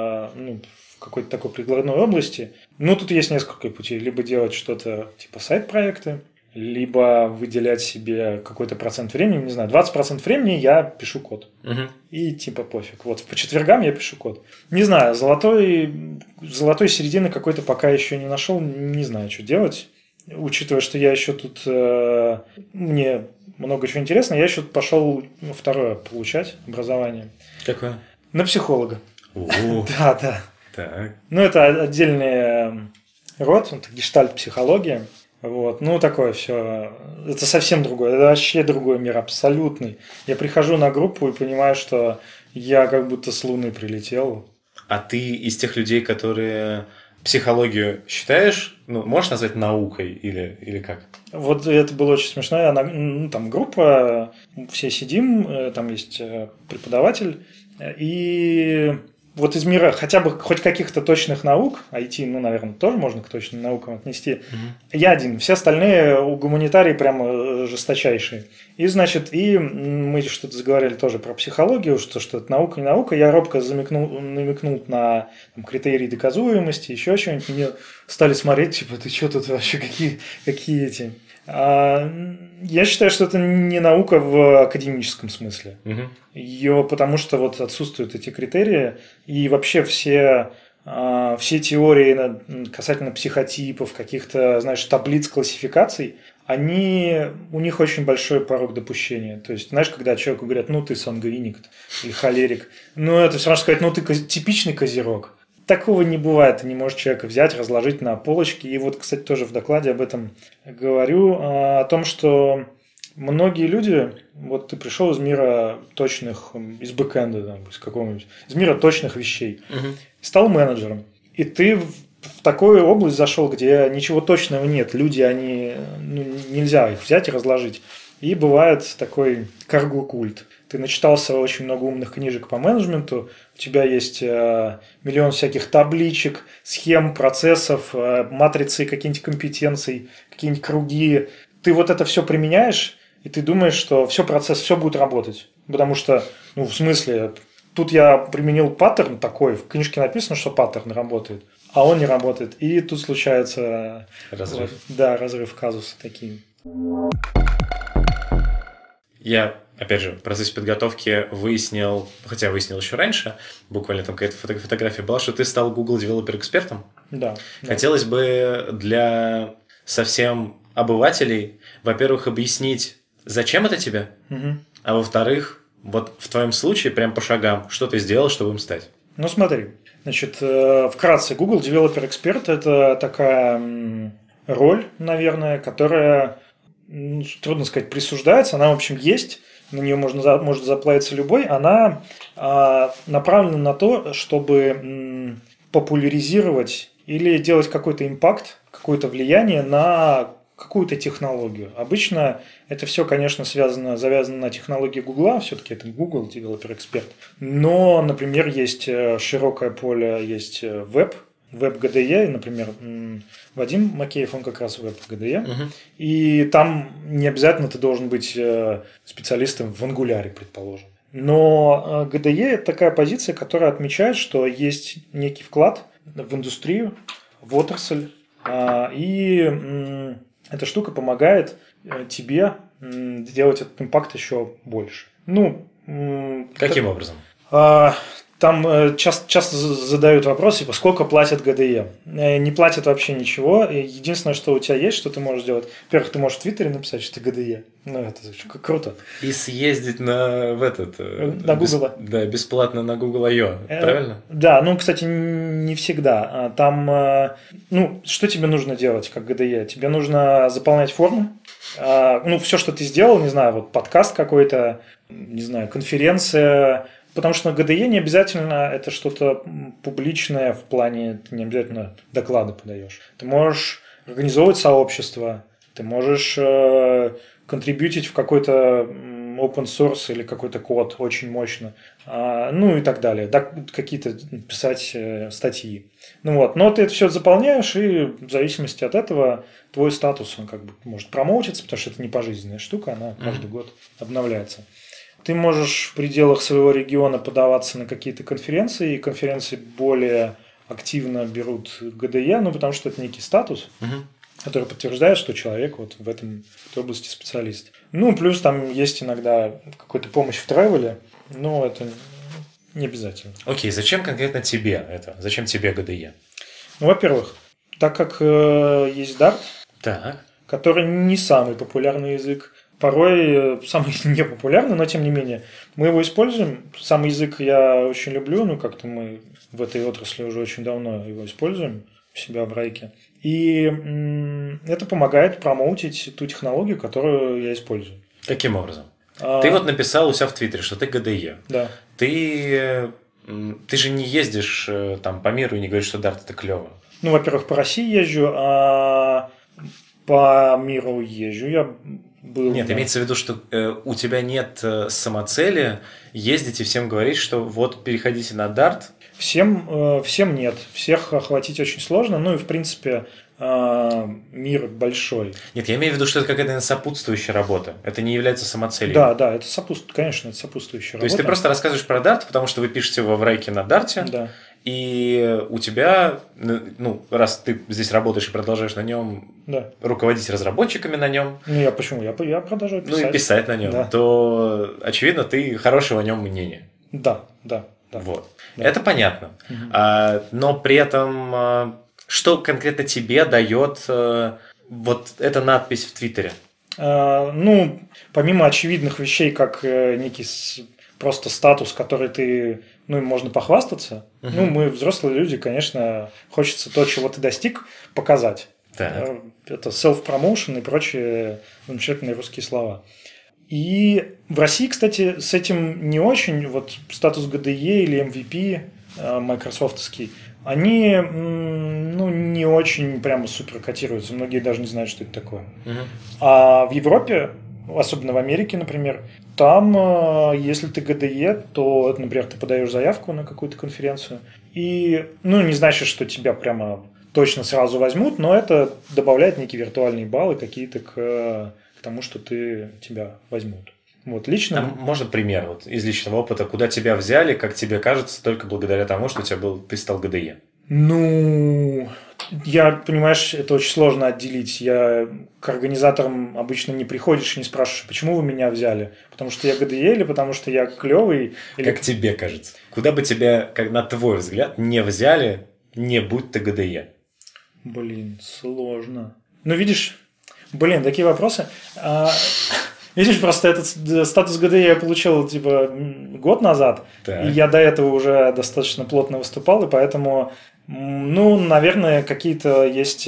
в какой-то такой прикладной области. Ну, тут есть несколько путей. Либо делать что-то типа сайт-проекты, либо выделять себе какой-то процент времени, не знаю, 20% времени я пишу код. И типа пофиг. Вот по четвергам я пишу код. Не знаю, золотой середины какой-то пока еще не нашел, не знаю, что делать. Учитывая, что я еще тут, мне много чего интересно, я еще пошел второе получать образование. Какое? На психолога. Да. Так. Ну, это отдельный род, это гештальт-психология. Вот, ну такое все, это совсем другое, это вообще другой мир, абсолютный. Я прихожу на группу и понимаю, что я как будто с Луны прилетел. А ты из тех людей, которые психологию считаешь, ну, можешь назвать наукой или как? Вот это было очень смешно. Там группа, все сидим, там есть преподаватель, и вот из мира хотя бы хоть каких-то точных наук, IT, ну, наверное, тоже можно к точным наукам отнести, я один, все остальные у гуманитарии прямо жесточайшие. И, значит, мы что-то заговорили тоже про психологию, что это наука, не наука. Я робко намекнул на критерии доказуемости, еще что-нибудь. Мне стали смотреть, типа, ты что тут вообще, какие эти... Я считаю, что это не наука в академическом смысле. Потому что вот отсутствуют эти критерии, и вообще все теории касательно психотипов, каких-то, знаешь, таблиц классификаций, у них очень большой порог допущения. То есть, знаешь, когда человеку говорят, ну, ты сангвиник или холерик, ну, это все равно сказать, ну, ты типичный козерог. Такого не бывает. Ты не можешь человека взять, разложить на полочке. И вот, кстати, тоже в докладе об этом говорю, о том, что многие люди, вот ты пришел из мира точных, из бэкэнда, из какого-нибудь, из мира точных вещей, стал менеджером. И ты в такую область зашел, где ничего точного нет. Люди, нельзя их взять и разложить. И бывает такой карго-культ. Ты начитался очень много умных книжек по менеджменту, у тебя есть миллион всяких табличек, схем, процессов, матрицы каких-нибудь компетенций, какие-нибудь круги. Ты вот это все применяешь, и ты думаешь, что все будет работать. Потому что, в смысле, тут я применил паттерн такой, в книжке написано, что паттерн работает, а он не работает. И тут случается разрыв. Разрыв казуса такие. Я, опять же, в процессе подготовки выяснил еще раньше, буквально там какая-то фотография была, что ты стал Google Developer экспертом. Да. Хотелось бы для совсем обывателей, во-первых, объяснить, зачем это тебе, а во-вторых, вот в твоем случае, прям по шагам, что ты сделал, чтобы им стать. Ну, смотри, значит, вкратце, Google Developer Expert – это такая роль, наверное, которая... трудно сказать, присуждается, она, в общем, есть, на нее может заплатиться любой, она направлена на то, чтобы популяризировать или делать какой-то импакт, какое-то влияние на какую-то технологию. Обычно это все, конечно, завязано на технологии Гугла, все-таки это Google Developer Expert, но, например, есть широкое поле, есть веб, веб-ГДЕ, например, Вадим Макеев, он как раз веб-ГДЕ, и там не обязательно ты должен быть специалистом в Angular, предположим. Но ГДЕ – это такая позиция, которая отмечает, что есть некий вклад в индустрию, в отрасль, и эта штука помогает тебе делать этот импакт еще больше. Каким образом? Там часто задают вопрос, типа, сколько платят ГДЕ. Не платят вообще ничего. Единственное, что у тебя есть, что ты можешь сделать. Во-первых, ты можешь в Твиттере написать, что ты ГДЕ. Это круто. И съездить на Google. Да, бесплатно на Google I.O. Правильно? Да, кстати, не всегда. Там, что тебе нужно делать, как ГДЕ? Тебе нужно заполнять форму. Все, что ты сделал, не знаю, вот подкаст какой-то, не знаю, конференция, потому что на GDE не обязательно это что-то публичное в плане, ты не обязательно доклады подаешь. Ты можешь организовывать сообщество, ты можешь контрибьютить в какой-то open source или какой-то код очень мощно, ну и так далее, да, какие-то писать статьи. Ну вот, но ты это все заполняешь, и в зависимости от этого твой статус, он как бы может промоутиться, потому что это не пожизненная штука, она каждый год обновляется. Ты можешь в пределах своего региона подаваться на какие-то конференции, и конференции более активно берут GDE, ну потому что это некий статус, который подтверждает, что человек вот в этой области специалист. Ну, плюс там есть иногда какая-то помощь в тревеле, но это не обязательно. Окей, зачем конкретно тебе это? Зачем тебе GDE? Ну, во-первых, так как есть Dart, Так. который не самый популярный язык, порой самый непопулярный, но тем не менее мы его используем. Сам язык я очень люблю, ну как-то мы в этой отрасли уже очень давно его используем у себя в Райке. И это помогает промоутить ту технологию, которую я использую. Каким образом? Ты вот написал у себя в Твиттере, что ты GDE. Да. Ты же не ездишь там по миру и не говоришь, что Dart это клево. Ну, во-первых, по России езжу, а по миру езжу. Я был. Нет, имеется в виду, что у тебя нет самоцели ездить и всем говорить, что вот переходите на Dart. Всем нет. Всех охватить очень сложно. Ну и в принципе мир большой. Нет, я имею в виду, что это какая-то сопутствующая работа. Это не является самоцелью. Да, это конечно, это сопутствующая работа. То есть ты просто рассказываешь про Dart, потому что вы пишете во Врайке на Dart. Да. И у тебя, ну, раз ты здесь работаешь и продолжаешь на нем руководить разработчиками на нем. Ну, я почему? Я продолжаю писать. Ну, и писать на нем, то, очевидно, ты хорошего о нем мнения. Да. Вот. Да. Это понятно. Но при этом, что конкретно тебе дает вот эта надпись в Твиттере? Ну, помимо очевидных вещей, как некий просто статус, который ты, ну, им можно похвастаться. Ну, мы взрослые люди, конечно, хочется то, чего ты достиг, показать. Так. Это self-promotion и прочие замечательные русские слова. И в России, кстати, с этим не очень. Вот статус GDE или MVP майкрософтовский, они, ну, не очень прямо супер котируются. Многие даже не знают, что это такое. А в Европе, особенно в Америке, например, там, если ты GDE, то, например, ты подаешь заявку на какую-то конференцию, и, ну, не значит, что тебя прямо точно сразу возьмут, но это добавляет некие виртуальные баллы какие-то к тому, что тебя возьмут. Вот, лично... Можно пример вот, из личного опыта, куда тебя взяли, как тебе кажется, только благодаря тому, что ты стал GDE? Ну, понимаешь, это очень сложно отделить. Я к организаторам обычно не приходишь и не спрашиваешь, почему вы меня взяли? Потому что я GDE или потому что я клевый? Или... Как тебе кажется? Куда бы тебя, как на твой взгляд, не взяли, не будь ты GDE? Блин, сложно. Ну, видишь, такие вопросы. Видишь, просто этот статус GDE я получил типа год назад, так. И я до этого уже достаточно плотно выступал, и поэтому, ну, наверное, какие-то есть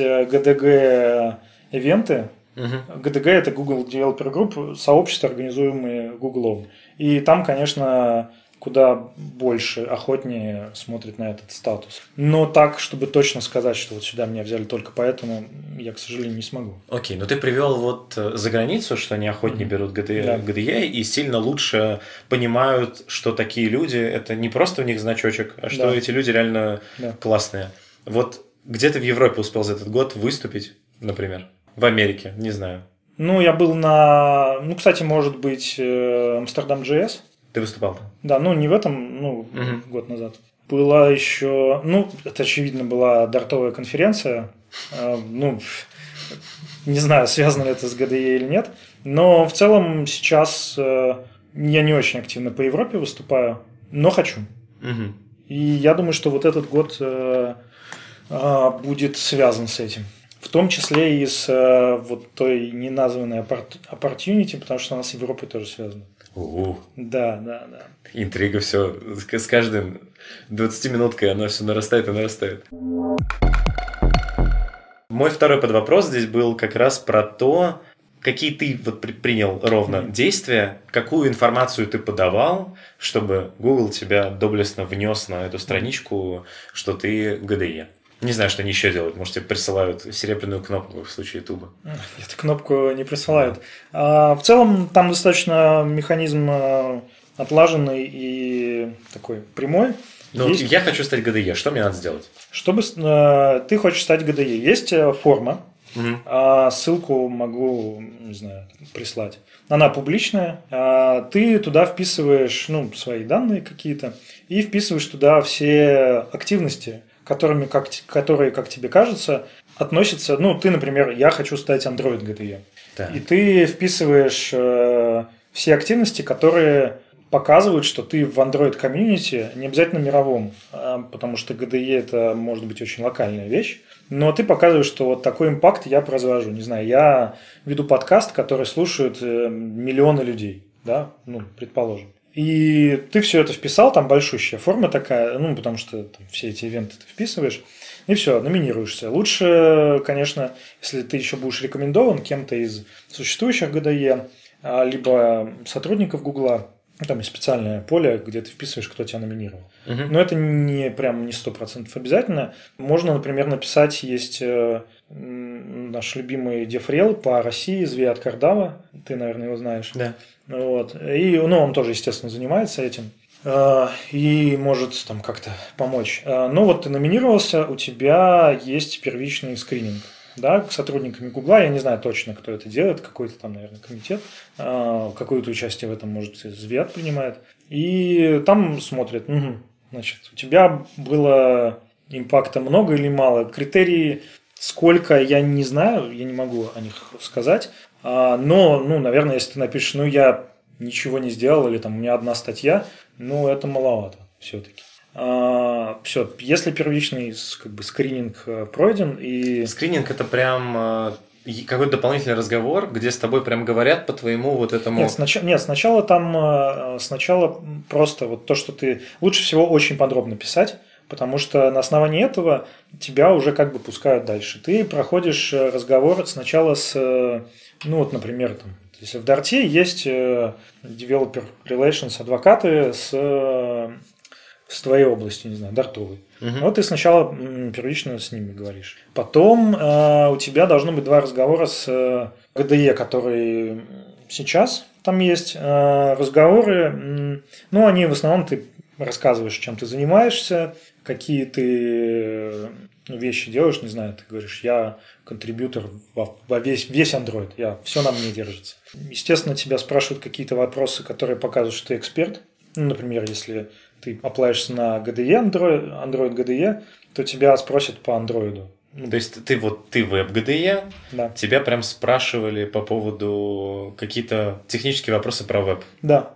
GDG-ивенты. GDG – это Google Developer Group, сообщества, организуемые Google. И там, конечно, куда больше, охотнее смотрит на этот статус. Но так, чтобы точно сказать, что вот сюда меня взяли только поэтому, я, к сожалению, не смогу. Окей, но ты привел вот за границу, что они охотнее берут GDE и сильно лучше понимают, что такие люди, это не просто у них значочек, а что эти люди реально классные. Вот где ты в Европе успел за этот год выступить, например? В Америке, не знаю. Ну, я был кстати, может быть, Amsterdam.js. Ты выступал там? Да, ну не в этом, год назад. Была еще, это очевидно была дартовая конференция. Не знаю, связано ли это с GDE или нет. Но в целом сейчас я не очень активно по Европе выступаю, но хочу. И я думаю, что вот этот год будет связан с этим. В том числе и с вот той неназванной opportunity, потому что она с Европой тоже связана. Да. Интрига все. С каждым 20-минуткой она все нарастает и нарастает. Мой второй подвопрос здесь был как раз про то, какие ты вот принял ровно действия, какую информацию ты подавал, чтобы Google тебя доблестно внес на эту страничку, что ты ГДЕ. Не знаю, что они еще делают. Может, тебе присылают серебряную кнопку в случае YouTube. Эту кнопку не присылают. В целом, там достаточно механизм отлаженный и такой прямой. Ну, я хочу стать ГДЕ. Что мне надо сделать? Чтобы ты хочешь стать ГДЕ, есть форма. Ссылку могу, не знаю, прислать. Она публичная. Ты туда вписываешь свои данные какие-то и вписываешь туда все активности, которые, как тебе кажется, относятся. Ты, например, я хочу стать Android GDE. Да. И ты вписываешь все активности, которые показывают, что ты в Android комьюнити, не обязательно мировом, потому что GDE это может быть очень локальная вещь. Но ты показываешь, что вот такой импакт я произвожу. Не знаю, я веду подкаст, который слушают миллионы людей, да, предположим. И ты все это вписал, там большущая форма такая, потому что там все эти ивенты ты вписываешь, и все, номинируешься. Лучше, конечно, если ты еще будешь рекомендован кем-то из существующих GDE, либо сотрудников Гугла, там есть специальное поле, где ты вписываешь, кто тебя номинировал. Но это не 100% обязательно. Можно, например, написать, есть наш любимый дефрел по России, Звеят Кардава, ты, наверное, его знаешь. Да. Вот. И он тоже, естественно, занимается этим и может там как-то помочь. Вот ты номинировался, у тебя есть первичный скрининг. Да, к сотрудниками Гугла, я не знаю точно, кто это делает, какой-то там, наверное, комитет, какое-то участие в этом, может, Звят принимает, и там смотрят, значит, у тебя было импакта много или мало, критерии сколько, я не знаю, я не могу о них сказать, но, наверное, если ты напишешь, я ничего не сделал, или там у меня одна статья, это маловато все-таки. Все, если первичный скрининг пройден и... Скрининг это прям какой-то дополнительный разговор, где с тобой прям говорят по твоему вот этому... Нет, сначала просто вот то, что ты... Лучше всего очень подробно писать, потому что на основании этого тебя уже пускают дальше. Ты проходишь разговор сначала с... например, там, если в Дарте есть Developer Relations адвокаты с твоей области, не знаю, дартовой. Вот ты сначала первично с ними говоришь. Потом у тебя должно быть 2 разговора с ГДЕ, которые сейчас там есть. Разговоры, они в основном ты рассказываешь, чем ты занимаешься, какие ты вещи делаешь, не знаю, ты говоришь, я контрибьютор во весь Android, все на мне держится. Естественно, тебя спрашивают какие-то вопросы, которые показывают, что ты эксперт. Например, если ты оплаешься на GDE, Android GDE, то тебя спросят по Android. То есть ты веб-GDE, да. Тебя прям спрашивали по поводу какие-то технические вопросы про веб. Да.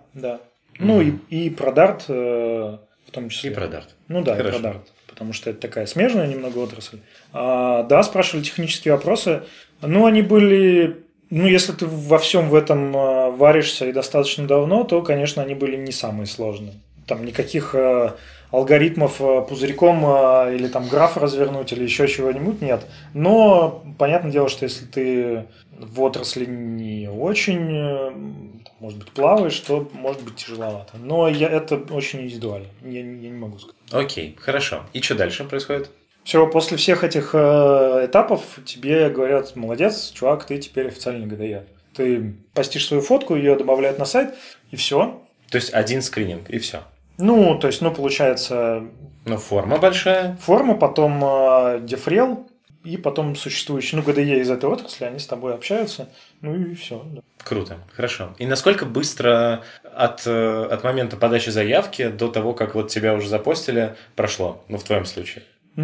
И про Dart в том числе. И про Dart. Хорошо. И про Dart, потому что это такая смежная немного отрасль. Да, спрашивали технические вопросы, они были... если ты во всем в этом варишься и достаточно давно, то, конечно, они были не самые сложные. Там никаких алгоритмов пузырьком или там граф развернуть или еще чего-нибудь нет. Но понятное дело, что если ты в отрасли не очень, может быть, плаваешь, то может быть тяжеловато. Но это очень индивидуально. Я не могу сказать. Окей, хорошо. И что дальше происходит? Все, после всех этих этапов тебе говорят, молодец, чувак, ты теперь официальный ГДЕ. Ты постишь свою фотку, ее добавляют на сайт, и все. То есть один скрининг, и все. Получается... форма большая. Форма, потом дефрел, и потом существующие, ГДЕ из этой отрасли, они с тобой общаются, и все. Да. Круто, хорошо. И насколько быстро от момента подачи заявки до того, как тебя уже запостили, прошло, в твоем случае?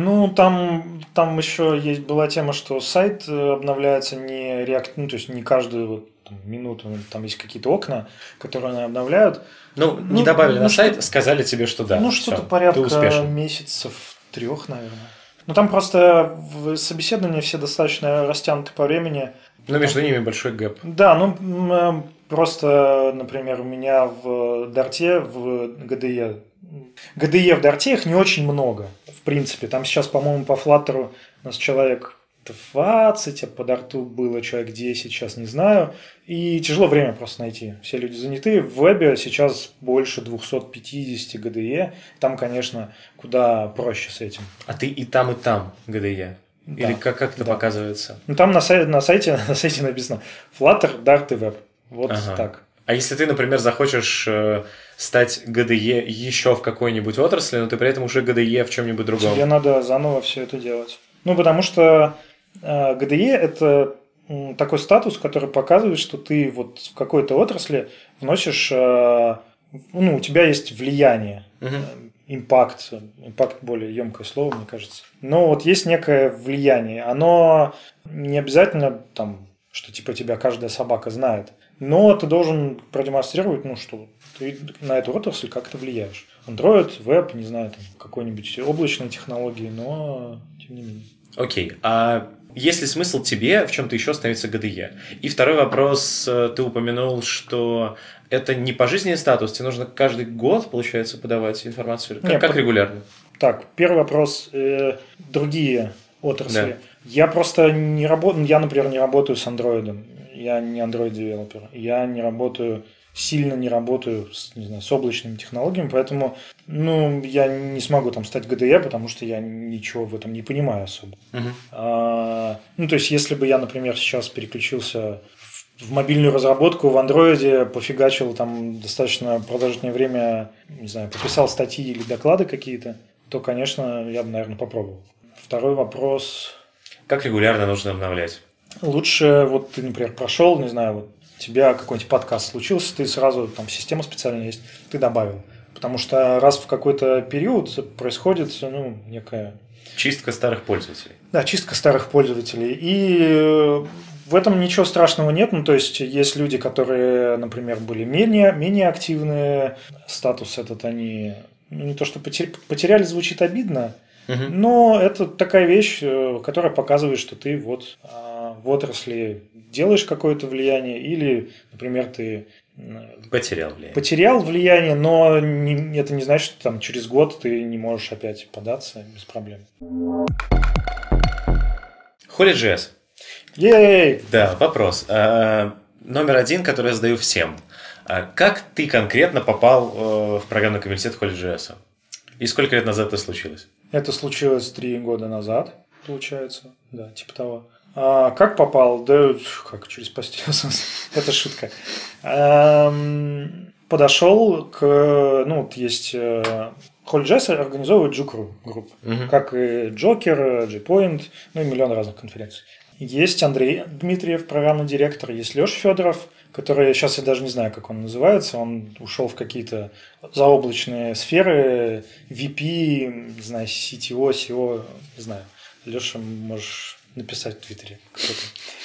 Там еще была тема, что сайт обновляется то есть не каждую минуту, там есть какие-то окна, которые они обновляют. Не добавили на сайт, сказали тебе, что да. Что-то порядка месяцев 3, наверное. Там просто в собеседовании все достаточно растянуты по времени. Между ними большой гэп. Да, просто, например, у меня в Дарте, в ГДЕ в Дарте их не очень много, в принципе. Там сейчас, по-моему, по Flutter у нас человек 20, а под рту было человек 10, сейчас не знаю. И тяжело время просто найти. Все люди заняты. В вебе сейчас больше 250 GDE. Там, конечно, куда проще с этим. А ты и там GDE? Да. Или как это показывается? Ну, там на сайте написано Flutter, Dart и Web. Вот так. А если ты, например, захочешь стать GDE еще в какой-нибудь отрасли, но ты при этом уже GDE в чем-нибудь другом? Тебе надо заново все это делать. Ну, потому что GDE – это такой статус, который показывает, что ты вот в какой-то отрасли вносишь, у тебя есть влияние, импакт более емкое слово, мне кажется. Но вот есть некое влияние. Оно не обязательно там, что типа тебя каждая собака знает, но ты должен продемонстрировать, что ты на эту отрасль как-то влияешь. Android, веб, не знаю, там какой-нибудь облачной технологии, но тем не менее. Окей, а есть ли смысл тебе в чем-то еще становиться GDE? И второй вопрос, ты упомянул, что это не пожизненный статус, тебе нужно каждый год, получается, подавать информацию? Как регулярно? Так, первый вопрос, другие отрасли. Да. Я просто не работаю, я, например, не работаю с Android, я не Android-девелопер, я сильно не работаю с облачными технологиями, поэтому я не смогу там стать GDE, потому что я ничего в этом не понимаю особо. То есть, если бы я, например, сейчас переключился в мобильную разработку в Android, пофигачил там достаточно продолжительное время, не знаю, пописал статьи или доклады какие-то, то, конечно, я бы, наверное, попробовал. Второй вопрос. Как регулярно нужно обновлять? Лучше, вот ты, например, прошел, не знаю, вот у тебя какой-нибудь подкаст случился, ты сразу, там система специальная есть, ты добавил. Потому что раз в какой-то период происходит, некая... Чистка старых пользователей. Да, чистка старых пользователей. И в этом ничего страшного нет. То есть, есть люди, которые, например, были менее активные, статус этот они... не то, что потеряли, звучит обидно, но это такая вещь, которая показывает, что ты вот в отрасли делаешь какое-то влияние, или, например, ты потерял влияние, но это не значит, что там через год ты не можешь опять податься без проблем. Holy.js. Ей! Да, вопрос. Номер один, который я задаю всем. Как ты конкретно попал в программный комитет Holy.js? И сколько лет назад это случилось? Это случилось 3 года назад, получается. Да, типа того. Как попал? Да, как через постель. Это шутка. Подошел к... есть... Holy.js организовывает Juke группу. Как и Joker, JPoint, и миллион разных конференций. Есть Андрей Дмитриев, программный директор, есть Леша Федоров, который, сейчас я даже не знаю, как он называется, он ушел в какие-то заоблачные сферы, VP, не знаю, CTO, SEO, не знаю. Леша, можешь написать в Твиттере кто-то.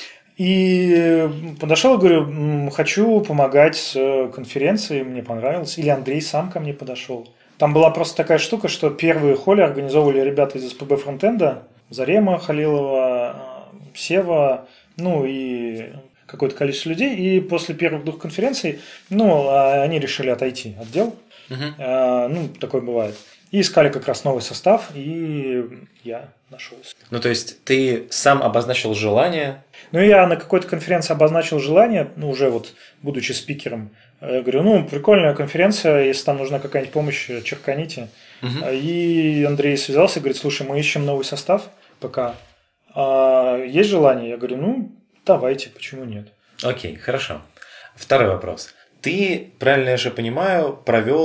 И подошел и говорю, хочу помогать с конференцией, мне понравилось. Или Андрей сам ко мне подошел. Там была просто такая штука, что первые холли организовывали ребята из СПБ фронтенда, Зарема Халилова, Сева, и какое-то количество людей. И после первых 2 конференций, они решили отойти от дел. Такое бывает. И искали как раз новый состав, и я нашелся. То есть, ты сам обозначил желание? Я на какой-то конференции обозначил желание, уже вот будучи спикером. Я говорю, прикольная конференция, если там нужна какая-нибудь помощь, черканите. И Андрей связался и говорит, слушай, мы ищем новый состав пока. Есть желание? Я говорю, давайте, почему нет? Окей, хорошо. Второй вопрос. Ты, правильно я же понимаю,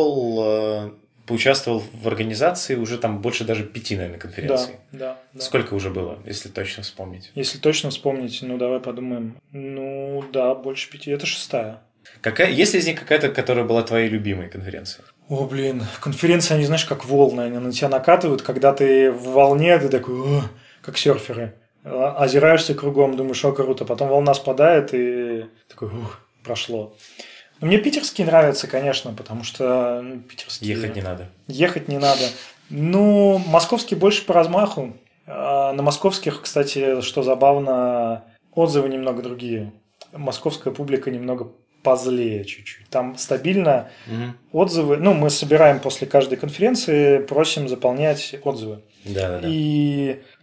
поучаствовал в организации уже там больше даже 5, наверное, конференций. Да. Сколько уже было, если точно вспомнить? Если точно вспомнить, давай подумаем. Больше 5. Это 6-я. Есть ли из них какая-то, которая была твоей любимой конференцией? О, блин, конференции, они, знаешь, как волны, они на тебя накатывают, когда ты в волне, ты такой, как серферы. Озираешься кругом, думаешь, круто, потом волна спадает, и такой, прошло. Мне питерские нравятся, конечно, потому что питерские... Ехать не надо. Московские больше по размаху. На московских, кстати, что забавно, отзывы немного другие. Московская публика немного позлее чуть-чуть. Там стабильно отзывы. Мы собираем после каждой конференции, просим заполнять отзывы. Да. И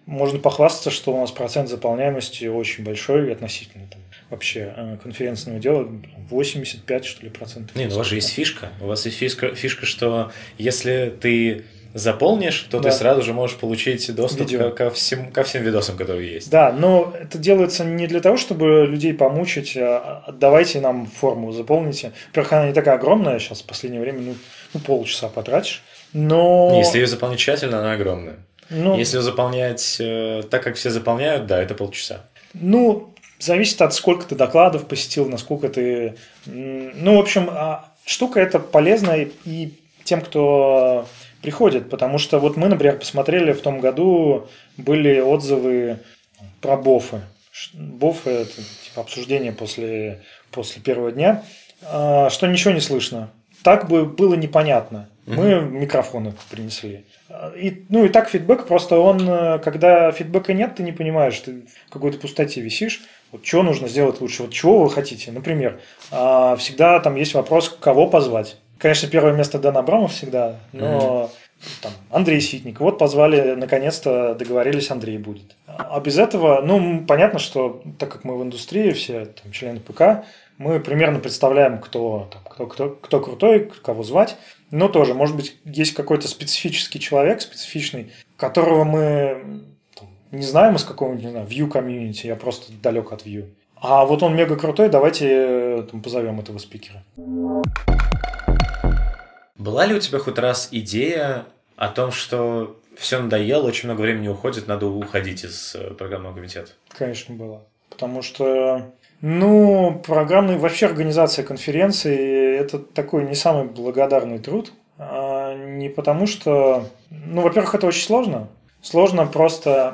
можно похвастаться, что у нас процент заполняемости очень большой относительно там, вообще конференционного дела, 85, что ли, процентов. Не, ну у вас же есть фишка. У вас есть фишка, что если ты заполнишь, то ты сразу же можешь получить доступ ко всем видосам, которые есть. Да, но это делается не для того, чтобы людей помучить, давайте нам форму заполните. Во-первых, она не такая огромная, сейчас в последнее время полчаса потратишь, но... Если ее заполнить тщательно, она огромная. Если ее заполнять так, как все заполняют, да, это полчаса. Зависит от сколько ты докладов посетил, насколько ты... в общем, штука эта полезная и тем, кто приходит, потому что вот мы, например, посмотрели в том году, были отзывы про бофы. Бофы – это типа обсуждение после первого дня, что ничего не слышно. Так бы было непонятно. Мы микрофоны принесли. И так фидбэк, просто он, когда фидбэка нет, ты не понимаешь, ты в какой-то пустоте висишь. Вот что нужно сделать лучше, вот чего вы хотите. Например, всегда там есть вопрос, кого позвать. Конечно, первое место Дэн Абрамов всегда, но там, Андрей Ситник. Вот позвали, наконец-то договорились, Андрей будет. А без этого, понятно, что так как мы в индустрии, все там, члены ПК, мы примерно представляем, кто крутой, кого звать. Но тоже, может быть, есть какой-то специфический человек, специфичный, которого мы не знаем из какого-нибудь, не знаю, Vue комьюнити, я просто далек от Vue. А вот он мега крутой, давайте позовем этого спикера. Была ли у тебя хоть раз идея о том, что все надоело, очень много времени уходит, надо уходить из программного комитета? Конечно, была. Потому что, вообще организация конференции – это такой не самый благодарный труд. Не потому что, во-первых, это очень сложно. Сложно просто…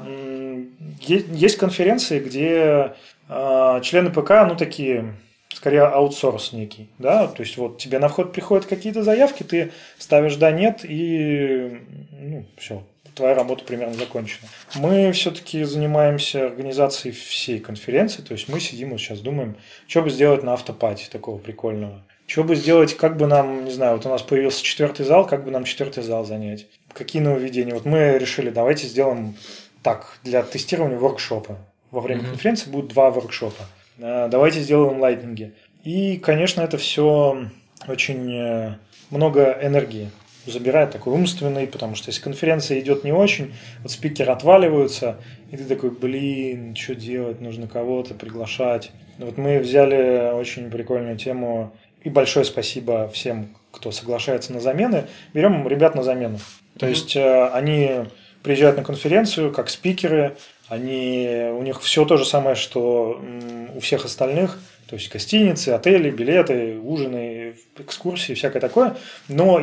Есть конференции, где члены ПК, такие… Скорее аутсорс некий, да, то есть вот тебе на вход приходят какие-то заявки, ты ставишь да, нет, и все, твоя работа примерно закончена. Мы все-таки занимаемся организацией всей конференции, то есть мы сидим вот сейчас думаем, что бы сделать на автопати такого прикольного, что бы сделать, как бы нам, не знаю, вот у нас появился 4-й зал, как бы нам 4-й зал занять, какие нововведения. Вот мы решили, давайте сделаем так, для тестирования воркшопа. Во время конференции будут 2 воркшопа. Давайте сделаем лайтнинги. И, конечно, это все очень много энергии забирает, такой умственный, потому что если конференция идет не очень, вот спикеры отваливаются, и ты такой, что делать, нужно кого-то приглашать. Вот мы взяли очень прикольную тему, и большое спасибо всем, кто соглашается на замены. Берем ребят на замену. То есть они приезжают на конференцию как спикеры, у них все то же самое, что у всех остальных, то есть гостиницы, отели, билеты, ужины, экскурсии, всякое такое. Но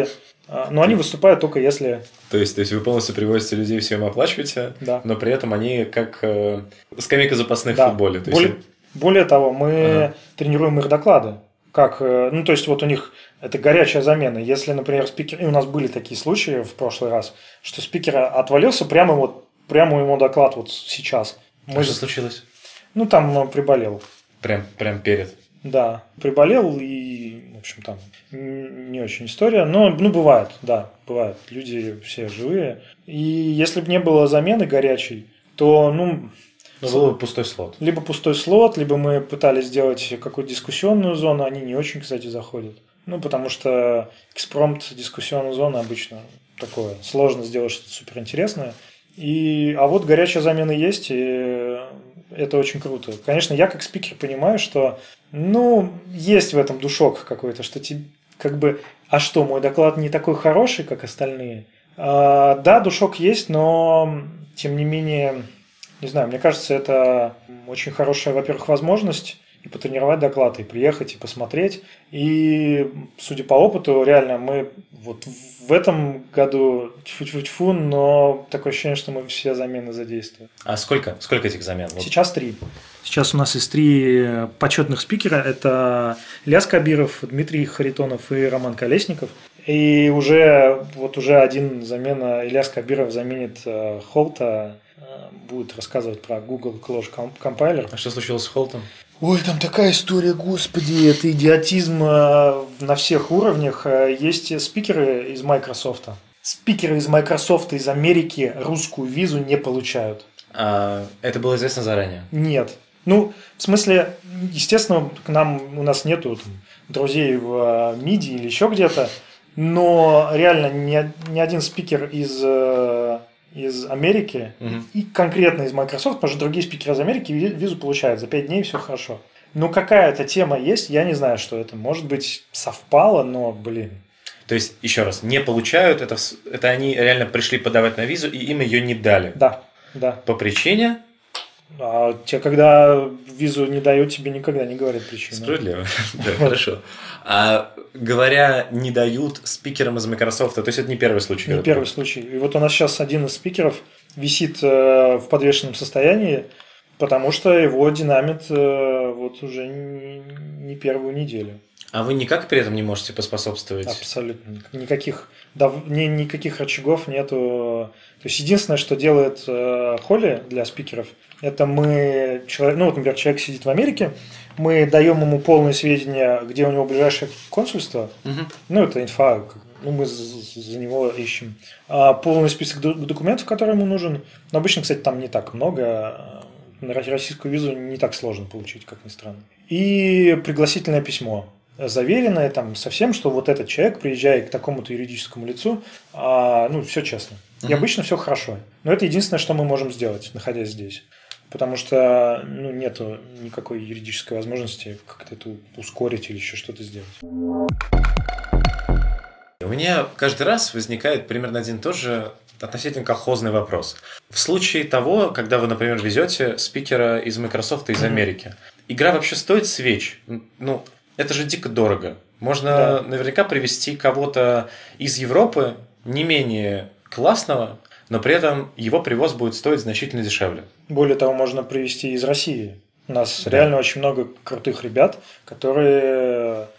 они выступают только если… То есть вы полностью привозите людей, все им оплачиваете, да. Но при этом они как скамейка запасных в футболе. То есть более того, мы тренируем их доклады. То есть вот у них это горячая замена. Если, например, спикер… И у нас были такие случаи в прошлый раз, что спикер отвалился прямо ему доклад вот сейчас. Что случилось? Там приболел. Прям перед? Да, приболел и, в общем, там не очень история. Но, бывает, да, бывает. Люди все живые. И если бы не было замены горячей, то, был бы пустой слот. Либо пустой слот, либо мы пытались сделать какую-то дискуссионную зону. Они не очень, кстати, заходят. Потому что экспромт дискуссионная зона обычно такое. Сложно сделать что-то суперинтересное. А вот горячая замена есть, и это очень круто. Конечно, я как спикер понимаю, что, есть в этом душок какой-то, что что, мой доклад не такой хороший, как остальные? Да, душок есть, но, тем не менее, не знаю, мне кажется, это очень хорошая, во-первых, возможность и потренировать доклад, и приехать, и посмотреть. И, судя по опыту, реально, мы вот в этом году тьфу-тьфу-тьфу, но такое ощущение, что мы все замены задействуем. А сколько этих замен? Сейчас 3. Сейчас у нас есть 3 почетных спикера. Это Ильяс Кабиров, Дмитрий Харитонов и Роман Колесников. И уже один замена, Ильяс Кабиров заменит Холта, будет рассказывать про Google Cloud Compiler. А что случилось с Холтом? Ой, там такая история, господи, это идиотизм на всех уровнях. Есть спикеры из Microsoft. спикеры из Microsoft из Америки русскую визу не получают. Это было известно заранее? Нет. Ну, в смысле, естественно, у нас нету там друзей в МИДе или еще где-то, но реально ни один спикер из Америки и конкретно из Microsoft, потому что другие спикеры из Америки визу получают за 5 дней, все хорошо. Ну, какая-то тема есть, я не знаю, что это. Может быть, совпало, но, блин. То есть, еще раз, не получают, это они реально пришли подавать на визу, и им ее не дали? Да. По причине? Тебе, когда визу не дают, тебе никогда не говорят причину. Справедливо. Да, хорошо. Говоря, не дают спикерам из Microsoft, то есть это не первый случай? Не первый случай. И вот у нас сейчас один из спикеров висит в подвешенном состоянии, потому что его динамит вот уже не первую неделю. А вы никак при этом не можете поспособствовать? Абсолютно. Никаких рычагов нету. То есть, единственное, что делает Холли для спикеров, это например, человек сидит в Америке, мы даем ему полные сведения, где у него ближайшее консульство. Это инфа, мы за него ищем. Полный список документов, который ему нужен. Но обычно, кстати, там не так много. Российскую визу не так сложно получить, как ни странно. И пригласительное письмо. Заверенное там совсем, что вот этот человек, приезжая к такому-то юридическому лицу, все честно. И обычно все хорошо. Но это единственное, что мы можем сделать, находясь здесь. Потому что нету никакой юридической возможности как-то это ускорить или еще что-то сделать. У меня каждый раз возникает примерно один и тот же относительно колхозный вопрос. В случае того, когда вы, например, везете спикера из Microsoft из Америки, игра вообще стоит свеч? Это же дико дорого. Можно наверняка привезти кого-то из Европы не менее классного, но при этом его привоз будет стоить значительно дешевле. Более того, можно привезти из России. У нас реально очень много крутых ребят, которые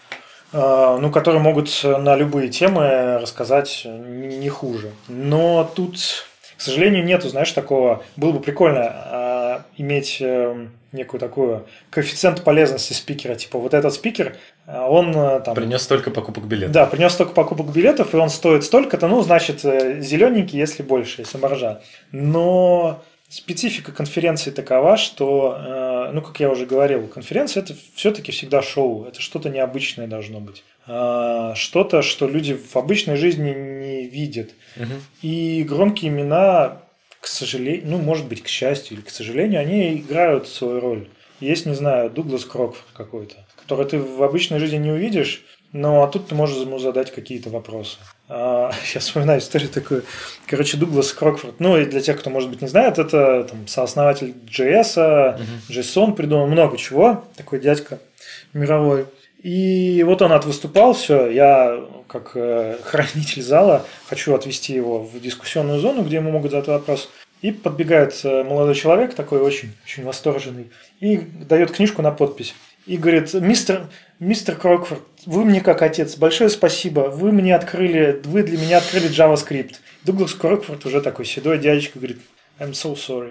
могут на любые темы рассказать не хуже. Но тут, к сожалению, нету, такого. Было бы прикольно иметь некую такую коэффициент полезности спикера. Типа вот этот спикер, он там... Принес столько покупок билетов. Да, принес столько покупок билетов, и он стоит столько-то, значит, зелененький, если больше, если маржа. Но специфика конференции такова, что, как я уже говорил, конференция – это все-таки всегда шоу, это что-то необычное должно быть. Что-то, что люди в обычной жизни не видят. И громкие имена, к сожалению, может быть, к счастью или к сожалению, они играют свою роль. Есть, не знаю, Дуглас Крокфорд какой-то, который ты в обычной жизни не увидишь, но тут ты можешь ему задать какие-то вопросы. Сейчас вспоминаю историю такую. Дуглас Крокфорд, и для тех, кто, может быть, не знает, это сооснователь JS, JSON, придумал много чего, такой дядька мировой. И вот он отвыступал, все, я, как хранитель зала, хочу отвести его в дискуссионную зону, где ему могут задать вопрос. И подбегает молодой человек, такой очень, очень восторженный, и дает книжку на подпись. И говорит: мистер Крокфорд, вы мне как отец, большое спасибо, вы для меня открыли JavaScript. Дуглас Крокфорд уже такой седой дядечка говорит: I'm so sorry.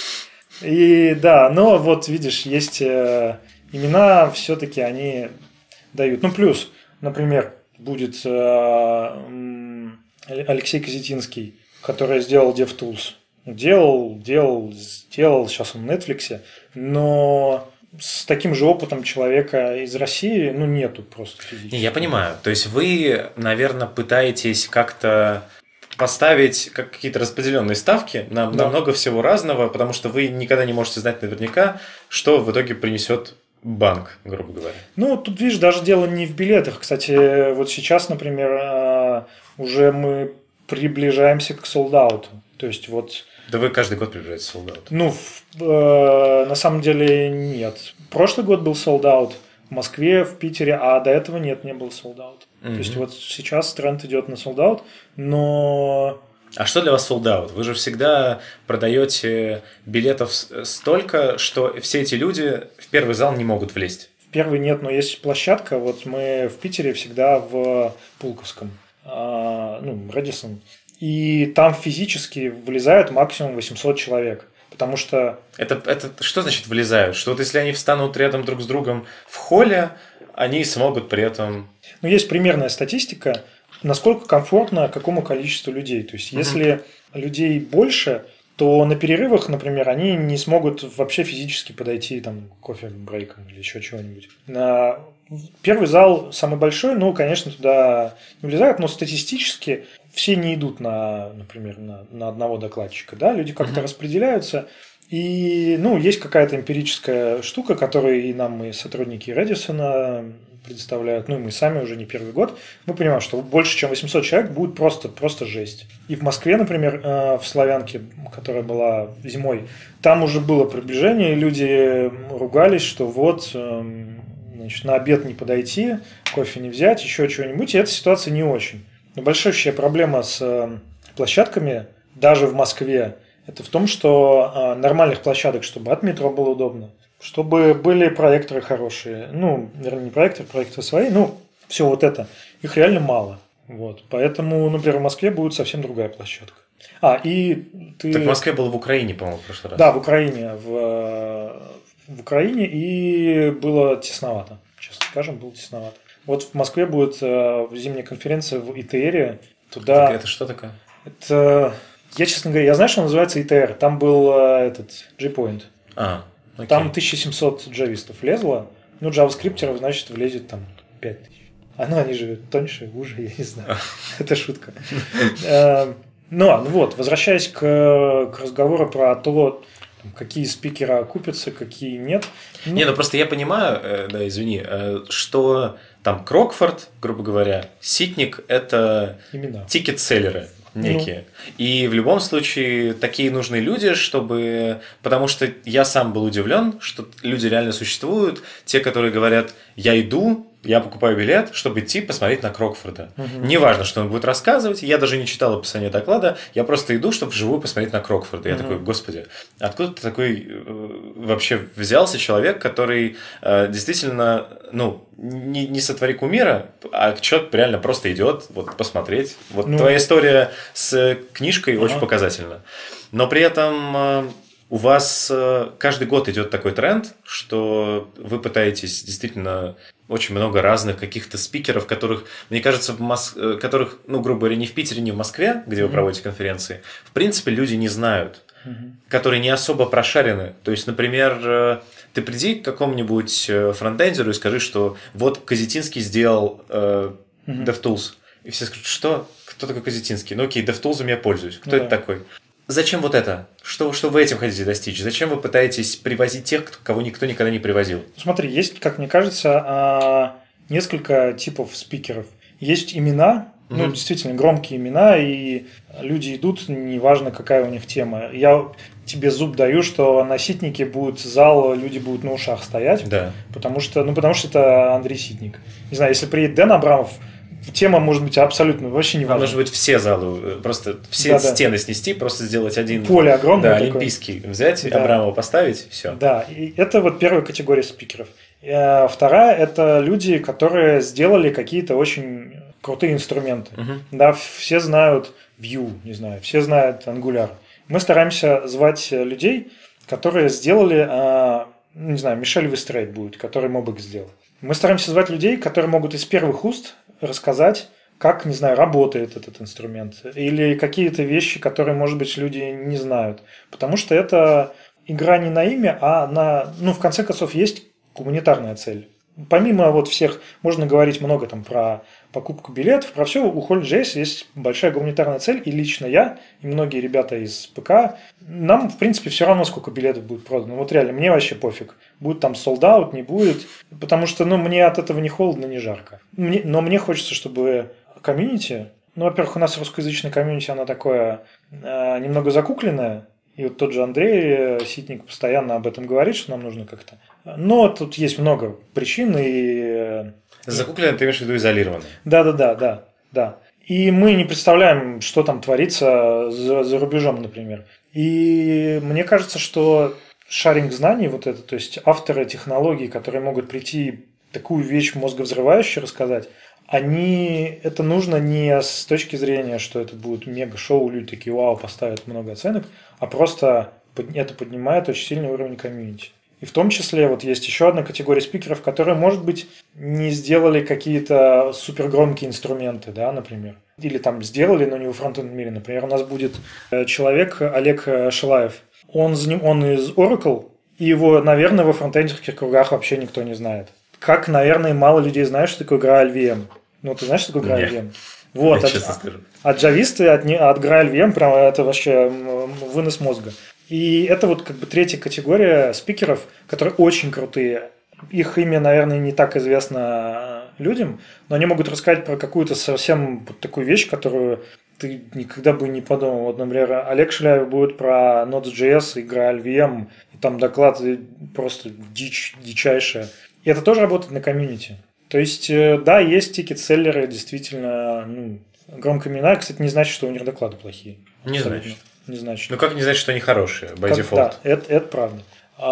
И да, но вот видишь, есть имена, все-таки они дают. Плюс, например, будет Алексей Козетинский, который сделал DevTools. Делал, сейчас он в Netflix, но с таким же опытом человека из России, нету просто физически. Я понимаю. То есть вы, наверное, пытаетесь как-то поставить какие-то распределенные ставки на много всего разного, потому что вы никогда не можете знать наверняка, что в итоге принесет банк, грубо говоря. Тут, видишь, даже дело не в билетах. Кстати, вот сейчас, например, уже мы приближаемся к солд-ауту. То есть вот... Да вы каждый год приближаетесь к солд-ауту. На самом деле нет. Прошлый год был солд-аут в Москве, в Питере, а до этого не был солд-аут. То есть вот сейчас тренд идет на солд-аут, но... А что для вас солд-аут? Вы же всегда продаете билетов столько, что все эти люди в первый зал не могут влезть. В первый нет, но есть площадка. Вот мы в Питере всегда в Пулковском, Рэдисон. И там физически влезают максимум 800 человек. Потому что... Это что значит влезают? Что вот если они встанут рядом друг с другом в холле, они смогут при этом... Есть примерная статистика. насколько комфортно какому количеству людей. То есть, если людей больше, то на перерывах, например, они не смогут вообще физически подойти там, к кофе-брейкам или еще чего-нибудь. Первый зал самый большой, ну, конечно, туда не влезают, но статистически все не идут например, на одного докладчика. Да? Люди как-то распределяются. И, ну, есть какая-то эмпирическая штука, которую и нам и сотрудники Redison предоставляют, ну, и мы сами уже не первый год, мы понимаем, что больше, чем 800 человек будет просто жесть. И в Москве, например, в Славянке, которая была зимой, там уже было приближение, и люди ругались, что вот, значит, на обед не подойти, кофе не взять, еще чего-нибудь, и эта ситуация не очень. Но большущая проблема с площадками, даже в Москве, это в том, что нормальных площадок, чтобы от метро было удобно, чтобы были проекторы хорошие, ну, вернее, не проекторы свои, ну, все вот это, их реально мало. Вот. Поэтому, например, в Москве будет совсем другая площадка. И ты... Так в Москве было в Украине, по-моему, в прошлый раз. Да, в Украине. В Украине, и было тесновато, честно скажем, было тесновато. Вот в Москве будет зимняя конференция в ИТРе. Туда... Это что такое? Это... Я, честно говоря, я знаю, что он называется ИТР. Там был этот G-Point. Окей. Там 1700 джавистов влезло. Ну, джаваскриптеров, значит, влезет там 5000. Они же тоньше, уже, я не знаю. Это шутка. Ну вот, возвращаясь к разговору про то, какие спикеры окупятся, какие нет. Не, ну просто я понимаю, да, извини, что там Крокфорд, грубо говоря, Ситник – это тикет-селлеры некие. И в любом случае такие нужны люди, чтобы... Потому что я сам был удивлен, что люди реально существуют. Те, которые говорят, я иду, я покупаю билет, чтобы идти посмотреть на Крокфорда. Неважно, что он будет рассказывать. Я даже не читал описание доклада. Я просто иду, чтобы вживую посмотреть на Крокфорда. Я такой, господи, откуда ты такой вообще взялся человек, который действительно, ну, не сотвори кумира, а человек реально просто идет вот, посмотреть. Вот твоя история с книжкой очень показательна. Но при этом... У вас каждый год идет такой тренд, что вы пытаетесь действительно очень много разных каких-то спикеров, которых, мне кажется, которых, ну, грубо говоря, не в Питере, не в Москве, где вы проводите конференции, в принципе, люди не знают, которые не особо прошарены. То есть, например, ты приди к какому-нибудь фронтендеру и скажи, что вот Козетинский сделал DevTools. И все скажут, что? Кто такой Козетинский? Ну окей, DevTools я пользуюсь. Кто это такой? Зачем вот это? Что вы этим хотите достичь? Зачем вы пытаетесь привозить тех, кого никто никогда не привозил? Смотри, есть, как мне кажется, несколько типов спикеров. Есть имена, ну, действительно, громкие имена, и люди идут, неважно, какая у них тема. Я тебе зуб даю, что на Ситнике будет зал, люди будут на ушах стоять, потому что это Андрей Ситник. Не знаю, если приедет Дэн Абрамов, тема может быть абсолютно вообще не важна. Может быть, все залы, просто все стены снести, просто сделать один поле огромное, олимпийский взять, Абрамова поставить, все. Да, и это вот первая категория спикеров. Вторая – это люди, которые сделали какие-то очень крутые инструменты. Да, все знают Vue, не знаю, все знают Angular. Мы стараемся звать людей, которые сделали, не знаю, Мишель Вестрейт будет, который Mobix сделал. Мы стараемся звать людей, которые могут из первых уст рассказать, как, не знаю, работает этот инструмент. Или какие-то вещи, которые, может быть, люди не знают. Потому что это игра не на имя, а на... Ну, в конце концов, есть гуманитарная цель. Помимо вот всех, можно говорить много там про покупку билетов, про все, у Holy.js есть большая гуманитарная цель, и лично я, и многие ребята из ПК, нам, в принципе, все равно, сколько билетов будет продано. Вот реально, мне вообще пофиг. Будет там sold out, не будет, потому что, ну, мне от этого не холодно, не жарко. Но мне хочется, чтобы комьюнити, ну, во-первых, у нас русскоязычное комьюнити, оно такое немного закукленное, и вот тот же Андрей Ситник постоянно об этом говорит, что нам нужно как-то. Но тут есть много причин. И... Закукленно ты имеешь в виду изолированно? Да. И мы не представляем, что там творится за рубежом, например. И мне кажется, что шаринг знаний, вот это, то есть авторы технологий, которые могут прийти такую вещь мозговзрывающую рассказать, это нужно не с точки зрения, что это будет мега-шоу, люди такие, вау, поставят много оценок, а просто это поднимает очень сильный уровень комьюнити. И в том числе вот есть еще одна категория спикеров, которые, может быть, не сделали какие-то супергромкие инструменты, да, например. Или там сделали, но не во фронтендном мире. Например, у нас будет человек Олег Шилаев. Он из Oracle, и его, наверное, во фронтендерских кругах вообще никто не знает. Как, наверное, мало людей знают, что такое Graal VM. Ну, ты знаешь, что такое Graal VM? Вот, от джависты, от Graal VM, прям это вообще вынос мозга. И это вот как бы третья категория спикеров, которые очень крутые. Их имя, наверное, не так известно людям, но они могут рассказать про какую-то совсем вот такую вещь, которую ты никогда бы не подумал. Вот, например, Олег Шиляев будет про Node.js и Graal VM, и там доклад просто дичайшая. И это тоже работает на комьюнити. То есть, да, есть тикет-селлеры, действительно, громко имена, кстати, не значит, что у них доклады плохие. Не значит. Не значит. Ну, как не значит, что они хорошие, by default? Да, это правда.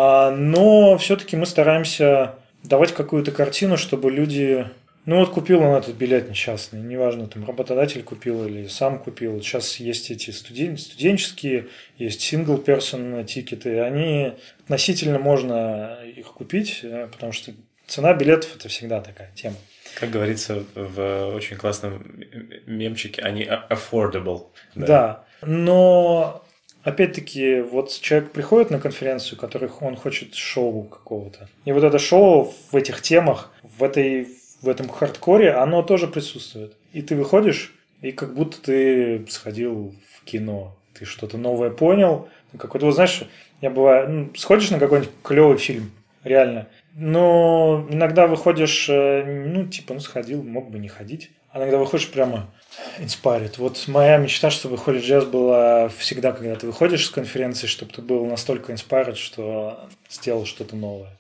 Но все-таки мы стараемся давать какую-то картину, чтобы люди... Ну, вот купил он этот билет несчастный, неважно, там работодатель купил или сам купил. Сейчас есть эти студенческие, есть single-person тикеты, они относительно можно их купить, потому что цена билетов – это всегда такая тема. Как говорится в очень классном мемчике, они affordable. Да, но опять-таки вот человек приходит на конференцию, которых он хочет шоу какого-то. И вот это шоу в этих темах, в этом хардкоре, оно тоже присутствует. И ты выходишь, и как будто ты сходил в кино. Ты что-то новое понял. Какой-то, вот знаешь, я бываю, сходишь на какой-нибудь клевый фильм, реально. Но иногда выходишь, сходил, мог бы не ходить. А иногда выходишь прямо inspired. Вот моя мечта, чтобы Holy Jazz была всегда, когда ты выходишь с конференции, чтобы ты был настолько inspired, что сделал что-то новое.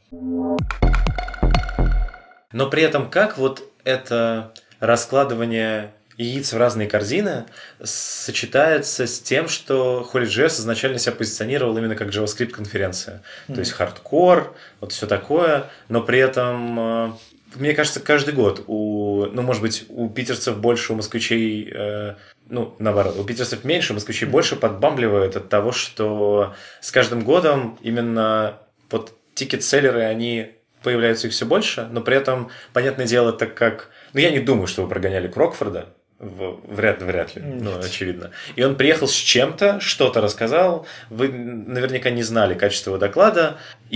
Но при этом как вот это раскладывание яиц в разные корзины сочетается с тем, что HolyJS изначально себя позиционировал именно как JavaScript-конференция. То есть хардкор, вот все такое, но при этом, мне кажется, каждый год может быть, у питерцев больше, у москвичей, наоборот, у питерцев меньше, у москвичей больше подбамбливают от того, что с каждым годом именно вот тикет-селлеры, они появляются их все больше, но при этом, понятное дело, так как... я не думаю, что вы прогоняли Крокфорда, вряд ли, очевидно. И он приехал с чем-то, что-то рассказал, вы наверняка не знали качество его доклада,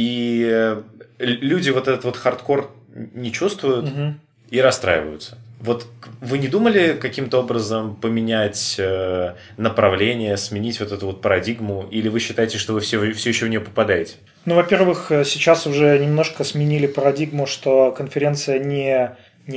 и люди вот этот вот хардкор не чувствуют и расстраиваются. Вот вы не думали каким-то образом поменять направление, сменить вот эту вот парадигму, или вы считаете, что вы все еще в нее попадаете? Во-первых, сейчас уже немножко сменили парадигму, что конференция не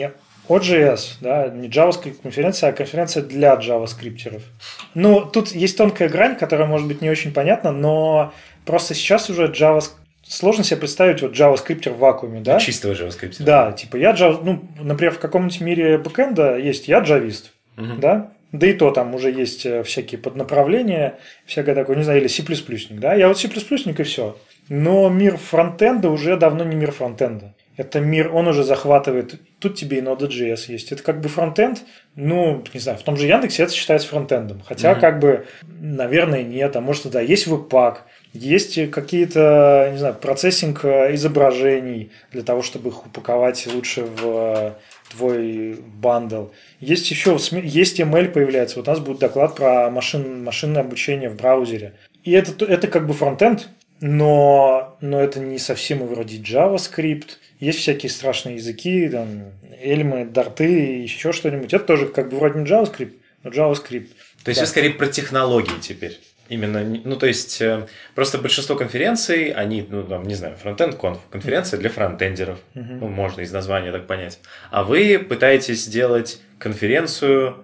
OJS, да, не JavaScript конференция, а конференция для JavaScripтеров. Тут есть тонкая грань, которая может быть не очень понятна, но просто сейчас уже сложно себе представить вот JavaScripter в вакууме, да? Чистого JavaScript. Да, типа например, в каком-нибудь мире бэкэнда есть я джавист, да? Да и то там уже есть всякие поднаправления, всякое такое, не знаю, или C++-ник, да? Я вот C++-ник и все. Но мир фронтенда уже давно не мир фронтенда. Это мир, он уже захватывает, тут тебе и Node.js есть. Это как бы фронтенд, не знаю, в том же Яндексе это считается фронтендом. Хотя наверное, нет, а может, да, есть веб-пак, есть какие-то, не знаю, процессинг изображений для того, чтобы их упаковать лучше в твой бандл. Есть еще, есть ML появляется. Вот у нас будет доклад про машинное обучение в браузере. И это как бы фронтенд, но это не совсем вроде JavaScript. Есть всякие страшные языки, там, Эльмы, Дарты, еще что-нибудь. Это тоже как бы вроде не JavaScript, но JavaScript. То есть вы скорее про технологии теперь. Именно, то есть просто большинство конференций, они, не знаю, фронтенд-конф, конференция для фронтендеров, можно из названия так понять. А вы пытаетесь сделать конференцию,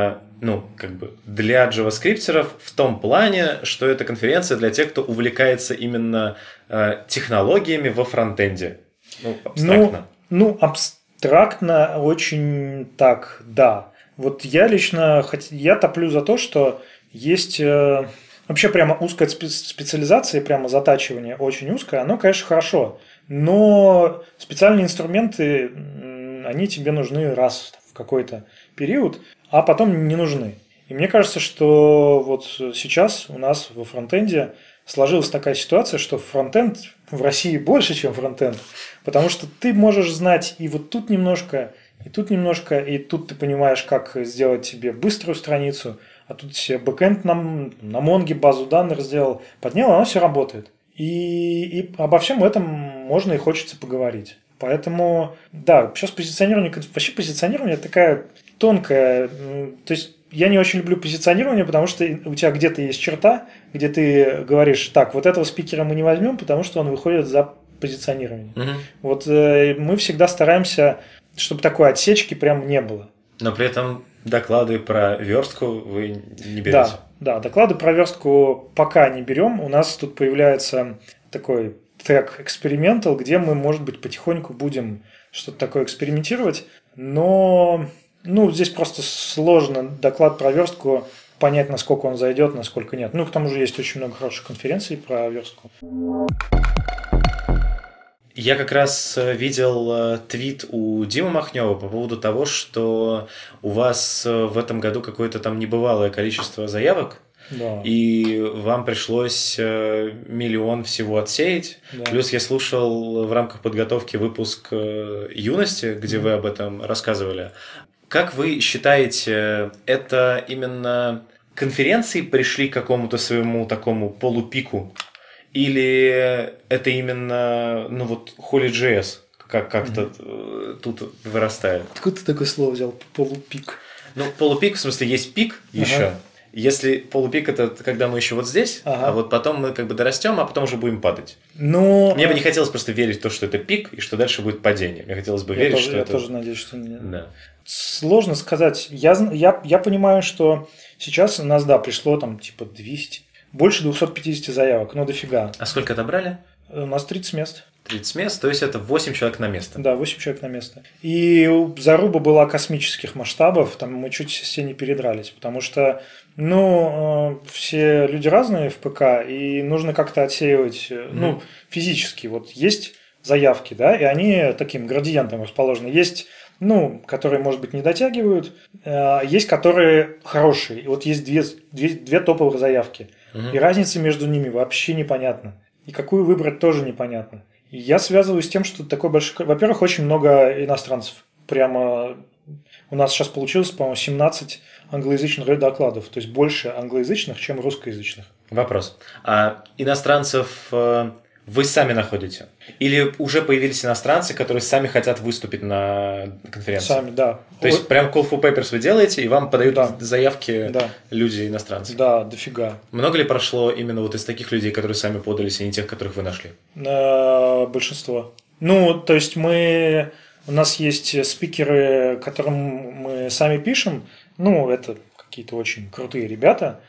для джаваскриптеров в том плане, что это конференция для тех, кто увлекается именно технологиями во фронтенде. Абстрактно. Абстрактно очень так, да. Вот я лично, я топлю за то, что есть вообще прямо узкая специализация, прямо затачивание очень узкое, оно, конечно, хорошо, но специальные инструменты, они тебе нужны раз в какой-то период, а потом не нужны. И мне кажется, что вот сейчас у нас во фронтенде сложилась такая ситуация, что фронтенд в России больше, чем фронтенд, потому что ты можешь знать и вот тут немножко, и тут немножко, и тут ты понимаешь, как сделать себе быструю страницу, а тут себе бэкэнд на Монге базу данных сделал, поднял, оно все работает. И обо всем этом можно и хочется поговорить. Поэтому, да, сейчас вообще позиционирование такая тонкая, то есть я не очень люблю позиционирование, потому что у тебя где-то есть черта, где ты говоришь, так, вот этого спикера мы не возьмем, потому что он выходит за позиционирование. Вот мы всегда стараемся, чтобы такой отсечки прям не было. Но при этом доклады про верстку вы не берете. Да, доклады про верстку пока не берем. У нас тут появляется такой трек Experimental, где мы, может быть, потихоньку будем что-то такое экспериментировать. Но здесь просто сложно доклад про верстку понять, насколько он зайдет, насколько нет. К тому же есть очень много хороших конференций про верстку. Я как раз видел твит у Димы Махнева по поводу того, что у вас в этом году какое-то там небывалое количество заявок, да. И вам пришлось миллион всего отсеять. Да. Плюс я слушал в рамках подготовки выпуск «Юности», где вы об этом рассказывали. Как вы считаете, это именно конференции пришли к какому-то своему такому полупику? Или это именно, Holy.js как-то тут вырастает? Откуда ты такое слово взял? Полупик? Полупик, в смысле, есть пик еще. Если полупик, это когда мы еще вот здесь, а вот потом мы как бы дорастем, а потом уже будем падать. Мне бы не хотелось просто верить в то, что это пик, и что дальше будет падение. Мне хотелось бы верить, что это... Я тоже надеюсь, что нет. Да. Сложно сказать. Я понимаю, что сейчас у нас, пришло там типа 200, больше 250 заявок, дофига. А сколько отобрали? У нас 30 мест. 30 мест, то есть это 8 человек на место. Да, 8 человек на место. И заруба была космических масштабов, там мы чуть все не передрались, потому что, все люди разные в ПК, и нужно как-то отсеивать, физически. Вот есть заявки, да, и они таким градиентом расположены. Есть, которые, может быть, не дотягивают, есть, которые хорошие. И вот есть две топовых заявки. И разница между ними вообще непонятна. И какую выбрать тоже непонятно. И я связываю с тем, что такой большой... Во-первых, очень много иностранцев. Прямо у нас сейчас получилось, по-моему, 17 англоязычных докладов. То есть больше англоязычных, чем русскоязычных. Вопрос. А иностранцев вы сами находите? Или уже появились иностранцы, которые сами хотят выступить на конференции? Сами, да. То есть прям call for papers вы делаете, и вам подают заявки люди иностранцы? Да, дофига. Много ли прошло именно вот из таких людей, которые сами подались, а не тех, которых вы нашли? Большинство. То есть у нас есть спикеры, которым мы сами пишем. Это какие-то очень крутые ребята.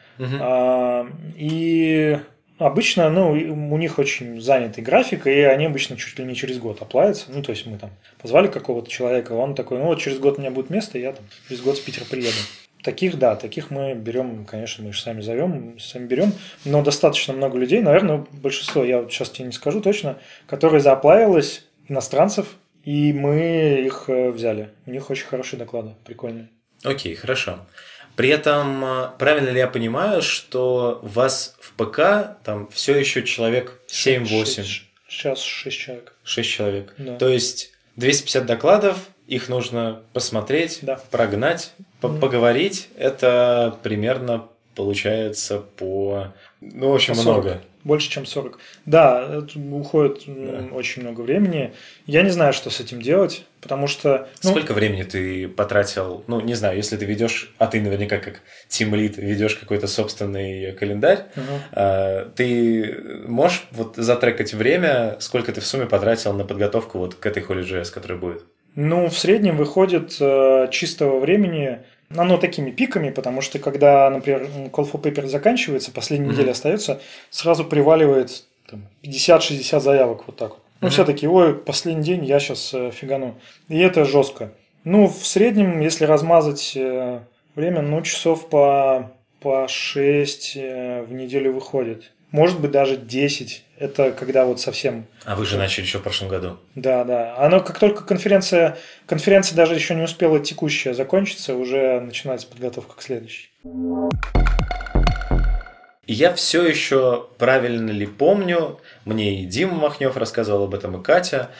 И обычно, у них очень занятый график, и они обычно чуть ли не через год оплавятся. То есть мы там позвали какого-то человека, он такой, через год у меня будет место, я там через год с Питера приеду. Таких мы берем, конечно, мы же сами берем, но достаточно много людей, наверное, большинство, я вот сейчас тебе не скажу точно, которые заоплавилось, иностранцев, и мы их взяли. У них очень хорошие доклады, прикольные. Окей, хорошо. При этом, правильно ли я понимаю, что у вас в ПК там все еще человек 7-8? Сейчас 6 человек. 6 человек. Да. То есть 250 докладов, их нужно посмотреть, прогнать, поговорить. Это примерно получается по... в общем, 40. много. Больше, чем 40. Да, это уходит очень много времени. Я не знаю, что с этим делать, потому что... Сколько времени ты потратил? Не знаю, если ты ведешь, а ты наверняка как тимлид ведешь какой-то собственный календарь, ты можешь затрекать время, сколько ты в сумме потратил на подготовку к этой Holy.js, которая будет? В среднем выходит чистого времени... Оно такими пиками, потому что когда, например, Call for Paper заканчивается, последняя неделя остается, сразу приваливает 50-60 заявок вот так вот. Все такие, последний день, я сейчас фигану. И это жестко. В среднем, если размазать время, часов по 6 в неделю выходит. Может быть, даже 10. Это когда совсем... А вы же начали еще в прошлом году. Да. Оно как только конференция даже еще не успела текущая закончиться, уже начинается подготовка к следующей. я все еще правильно ли помню, мне и Дима Махнев рассказывал об этом, и Катя,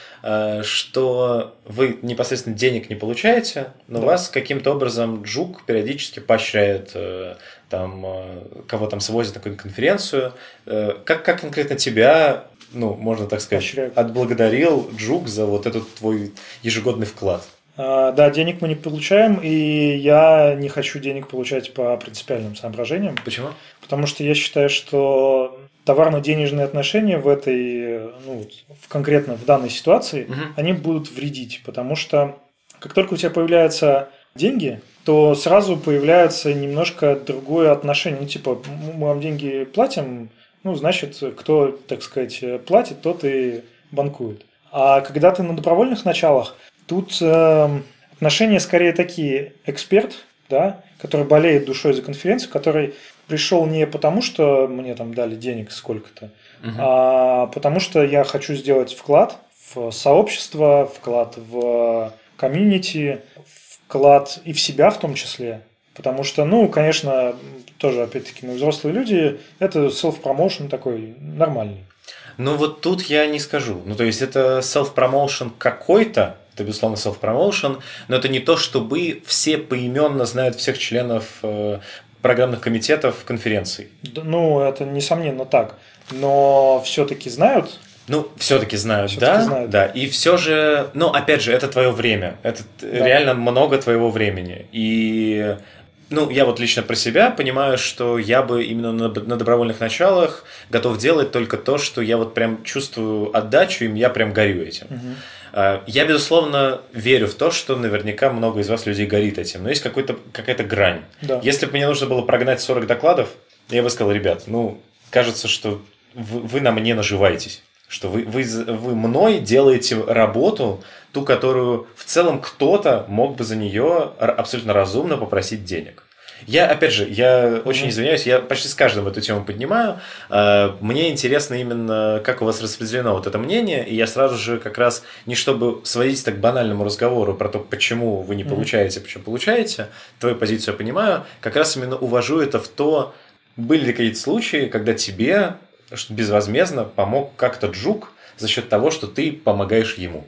что вы непосредственно денег не получаете, но вас каким-то образом Джук периодически поощряет, там, кого там свозят на какую-нибудь конференцию. Как конкретно тебя, ну, можно так сказать, отблагодарил Джук за вот этот твой ежегодный вклад? Да, денег мы не получаем, и я не хочу денег получать по принципиальным соображениям. Почему? Потому что я считаю, что товарно-денежные отношения в этой, ну, конкретно в данной ситуации, они будут вредить. Потому что как только у тебя появляются деньги, то сразу появляется немножко другое отношение. Ну, типа, мы вам деньги платим, ну, значит, кто, так сказать, платит, тот и банкует. А когда ты на добровольных началах, тут отношения скорее такие: эксперт, да, который болеет душой за конференцию, который пришел не потому, что мне там дали денег сколько-то, а потому что я хочу сделать вклад в сообщество, вклад в комьюнити, вклад и в себя в том числе. Потому что, ну, конечно, тоже, опять-таки, мы взрослые люди, это self-promotion такой нормальный. Ну, вот тут я не скажу. Ну, то есть, это self-promotion какой-то, это, безусловно, self-promotion, но это не то, чтобы все поименно знают всех членов программных комитетов конференций. Ну, это несомненно так. Но все-таки знают. Ну, все-таки знают, да. И все же, ну, опять же, это твое время. Это реально много твоего времени. И, ну, я вот лично про себя понимаю, что я бы именно на добровольных началах готов делать только то, что я вот прям чувствую отдачу, и я прям горю этим. Я, безусловно, верю в то, что наверняка много из вас людей горит этим, но есть какая-то грань. Да. Если бы мне нужно было прогнать 40 докладов, я бы сказал: ребят, ну, кажется, что вы на мне наживаетесь, что вы мной делаете работу, ту, которую в целом кто-то мог бы за нее абсолютно разумно попросить денег. Я очень извиняюсь, я почти с каждым эту тему поднимаю. Мне интересно именно, как у вас распределено вот это мнение, и я сразу же как раз, не чтобы сводить так к банальному разговору про то, почему вы не получаете, почему получаете, твою позицию я понимаю, как раз именно увожу это в то, были ли какие-то случаи, когда тебе безвозмездно помог как-то Джук за счет того, что ты помогаешь ему.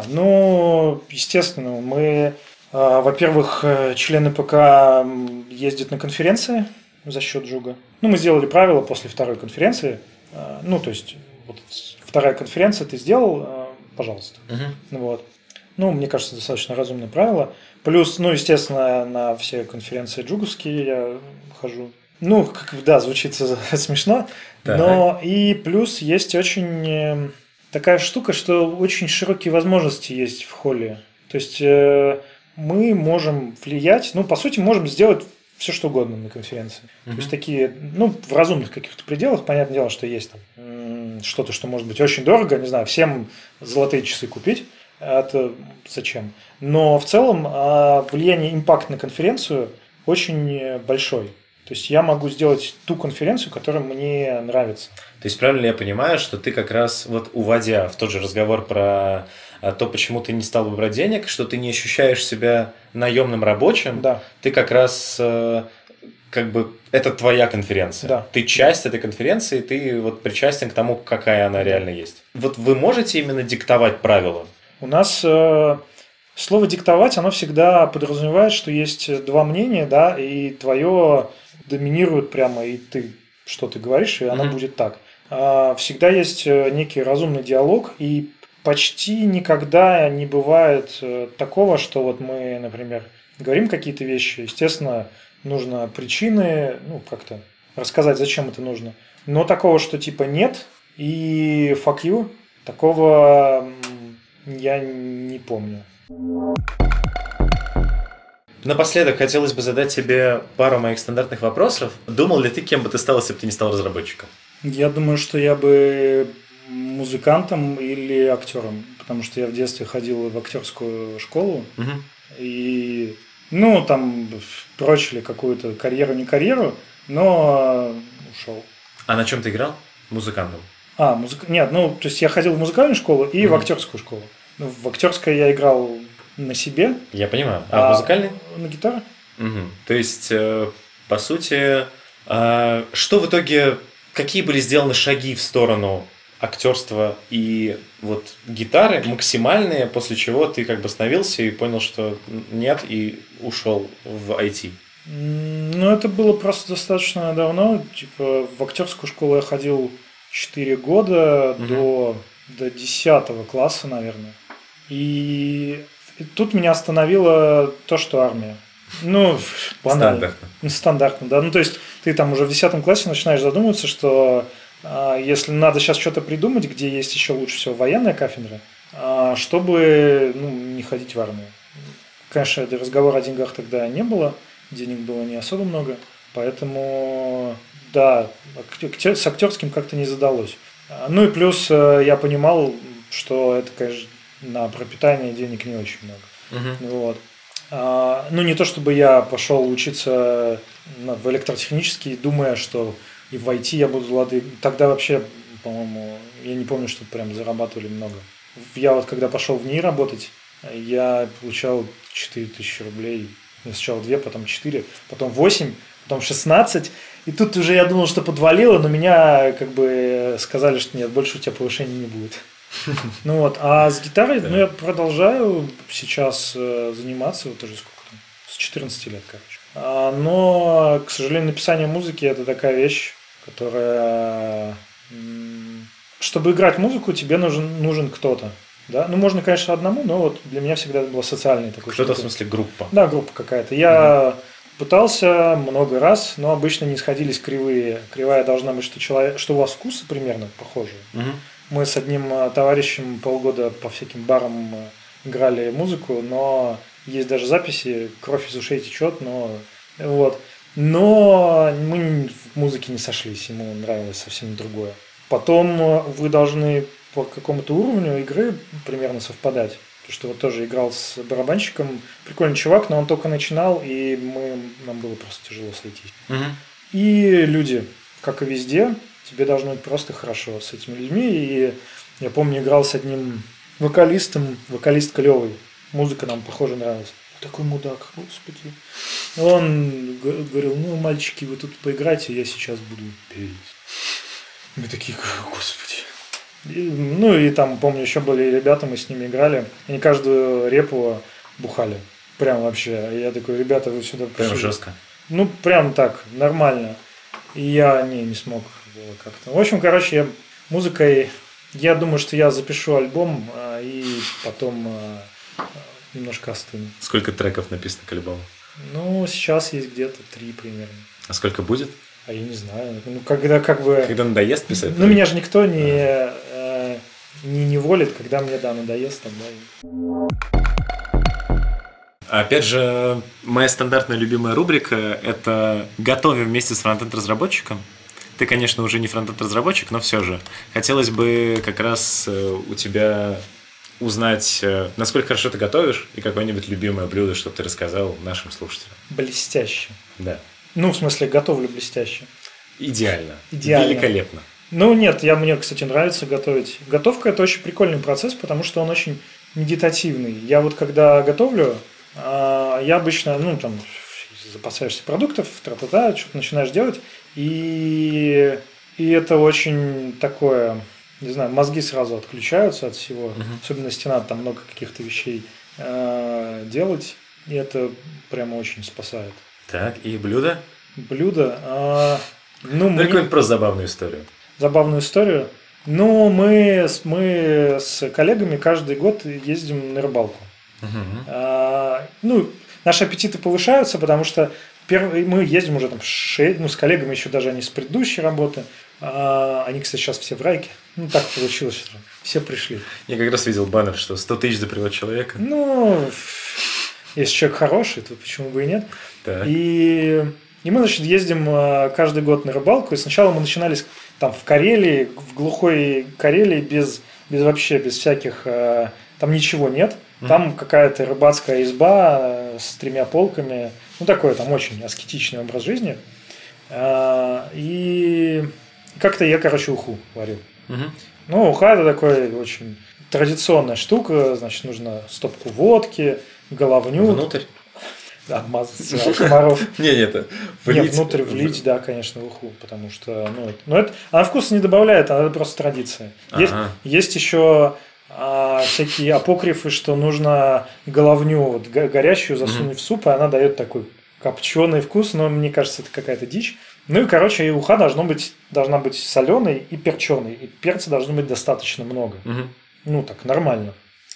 Ну, естественно, мы... Во-первых, члены ПК ездят на конференции за счет Джуга. Ну, мы сделали правило после второй конференции. Ну, то есть, вот вторая конференция ты сделал, пожалуйста. Вот. Ну, мне кажется, достаточно разумное правило. Плюс, ну, естественно, на все конференции джуговские я хожу. Ну, да, звучит смешно. Но и плюс есть очень такая штука, что очень широкие возможности есть в холле. То есть... мы можем влиять, ну, по сути, можем сделать все, что угодно на конференции. То есть такие, ну, в разумных каких-то пределах, понятное дело, что есть там что-то, что может быть очень дорого, не знаю, всем золотые часы купить, это зачем? Но в целом влияние, импакт на конференцию очень большой. То есть я могу сделать ту конференцию, которая мне нравится. То есть правильно я понимаю, что ты как раз, вот уводя в тот же разговор про то, почему ты не стал бы брать денег, что ты не ощущаешь себя наемным рабочим, ты как раз как бы это твоя конференция. Да. Ты часть этой конференции, ты вот причастен к тому, какая она реально есть. Вот вы можете именно диктовать правила? У нас слово «диктовать», оно всегда подразумевает, что есть два мнения, да, и твое доминирует прямо, и ты что ты говоришь, и оно будет так. Всегда есть некий разумный диалог, и почти никогда не бывает такого, что вот мы, например, говорим какие-то вещи, естественно, нужно причины, ну, как-то рассказать, зачем это нужно. Но такого, что типа нет и fuck you, такого я не помню. Напоследок хотелось бы задать тебе пару моих стандартных вопросов. Думал ли ты, кем бы ты стал, если бы ты не стал разработчиком? Я думаю, что я бы музыкантом или актером, потому что я в детстве ходил в актерскую школу, и, ну, там прочили какую-то карьеру, не карьеру, но ушел. А на чем ты играл? Музыкантом? Нет, ну, то есть я ходил в музыкальную школу и в актерскую школу. Ну, в актерской я играл на себе. Я понимаю. А в музыкальной? На гитаре. То есть, по сути, Что в итоге, какие были сделаны шаги в сторону актерства и вот гитары максимальные, после чего ты как бы остановился и понял, что нет, и ушел в IT? Ну, это было просто достаточно давно. Типа, в актерскую школу я ходил 4 года до 10 класса, наверное. И тут меня остановило то, что армия. Ну, банально. Стандартно, да. Ну, то есть, ты там уже в 10 классе начинаешь задумываться, что если надо сейчас что-то придумать, где есть еще лучше всего военная кафедра, чтобы не ходить в армию. Конечно, разговора о деньгах тогда не было, денег было не особо много, поэтому, да, с актерским как-то не задалось. Ну и плюс я понимал, что это, конечно, на пропитание денег не очень много. Вот. Ну, не то чтобы я пошел учиться в электротехнический, думая, что и в IT я буду лады. Тогда вообще, по-моему, я не помню, что прям зарабатывали много. Я вот когда пошел в НИИ работать, я получал 4000 рублей. Сначала 2, потом 4, потом 8, потом 16. И тут уже я думал, что подвалило, но меня как бы сказали, что нет, больше у тебя повышения не будет. Ну вот, а с гитарой, я продолжаю сейчас заниматься, вот уже сколько там, с 14 лет, короче. Но, к сожалению, написание музыки – это такая вещь, которая… Чтобы играть музыку, тебе нужен кто-то. Да? Ну, можно, конечно, одному, но вот для меня всегда это было социальный такой. Кто-то, в смысле, группа? Да, группа какая-то. Я пытался много раз, но обычно не сходились кривые. Кривая должна быть, что у вас вкусы примерно похожие. Мы с одним товарищем полгода по всяким барам играли музыку, но есть даже записи, кровь из ушей течет, но вот. Но мы в музыке не сошлись, ему нравилось совсем другое. Потом вы должны по какому-то уровню игры примерно совпадать. Потому что вот тоже играл с барабанщиком, прикольный чувак, но он только начинал, и нам было просто тяжело сойтись. И люди, как и везде, тебе должно быть просто хорошо с этими людьми. И я помню, играл с одним вокалистом, вокалист клевый, музыка нам, похоже, нравилась. Такой мудак, господи. Он говорил, мальчики, вы тут поиграйте, я сейчас буду петь. Мы такие, господи. И там, помню, еще были ребята, мы с ними играли. Они каждую репу бухали. Прям вообще. И я такой, ребята, вы сюда пришли. Прям жестко. Прям так, нормально. И я не смог как-то. В общем, короче, музыкой... Я думаю, что я запишу альбом, и потом немножко остыну. Сколько треков написано к альбому? Сейчас есть где-то 3 примерно. А сколько будет? А я не знаю. Когда как бы... Когда надоест писать? Меня же никто не волит, когда мне, надоест, тогда... Опять же, моя стандартная любимая рубрика – это «Готовим вместе с фронтенд-разработчиком». Ты, конечно, уже не фронтенд-разработчик, но все же. Хотелось бы как раз у тебя узнать, насколько хорошо ты готовишь, и какое-нибудь любимое блюдо, чтобы ты рассказал нашим слушателям. Блестяще. Да. В смысле, готовлю блестяще. Идеально. Идеально. Великолепно. Нет, мне, кстати, нравится готовить. Готовка – это очень прикольный процесс, потому что он очень медитативный. Я вот когда готовлю, я обычно, запасаешься продуктов, что-то начинаешь делать, и это очень такое, не знаю, мозги сразу отключаются от всего, особенно если надо там много каких-то вещей делать, и это прямо очень спасает. Так, и блюдо? Блюдо? Какую-нибудь просто забавную историю. Забавную историю? Мы с коллегами каждый год ездим на рыбалку. Наши аппетиты повышаются, потому что мы ездим уже там с коллегами, еще даже они с предыдущей работы. Они, кстати, сейчас все в райке. Так получилось, что все пришли. Я как раз видел баннер, что 100 тысяч за привод человека. Если человек хороший, то почему бы и нет. Так. И мы, ездим каждый год на рыбалку. И сначала мы начинались там в Карелии, в глухой Карелии, без всяких... Там ничего нет. Там какая-то рыбацкая изба с 3 полками. Такой там очень аскетичный образ жизни. И как-то я, уху варил. Уха – это такой очень традиционная штука. Значит, нужно стопку водки, головню. Внутрь? обмазаться от комаров. Не, это Нет, внутрь влить, да, конечно, в уху, потому что, она вкуса не добавляет, она просто традиция. Есть еще всякие апокрифы, что нужно головню вот, горящую засунуть в суп, и она дает такой копченый вкус, но мне кажется, это какая-то дичь. Ну и, короче, и уха должна быть соленой и перченой, и перца должно быть достаточно много. Ну, так, нормально.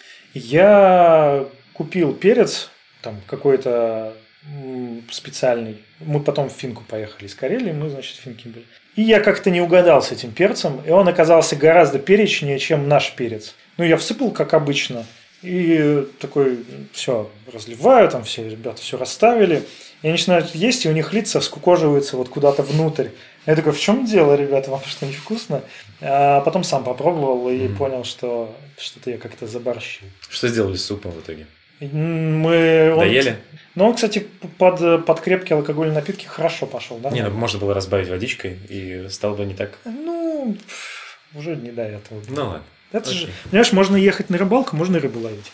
Я купил перец, там, какой-то специальный. Мы потом в Финку поехали из Карелии, мы, значит, в Финке были. И я как-то не угадал с этим перцем, и он оказался гораздо перечнее, чем наш перец. Ну, я всыпал, как обычно, и такой, все, разливаю, там все ребята все расставили. И они начинают есть, и у них лица скукоживаются вот куда-то внутрь. Я такой, в чем дело, ребята, вам что, невкусно? А потом сам попробовал и понял, что что-то я как-то заборщил. Что сделали с супом в итоге? Доели? Ну, он, кстати, под крепкие алкогольные напитки хорошо пошел, да? Не, можно было разбавить водичкой, и стало бы не так. Ну, уже не до этого. Ну, ладно. Это же, понимаешь, можно ехать на рыбалку, можно рыбу ловить.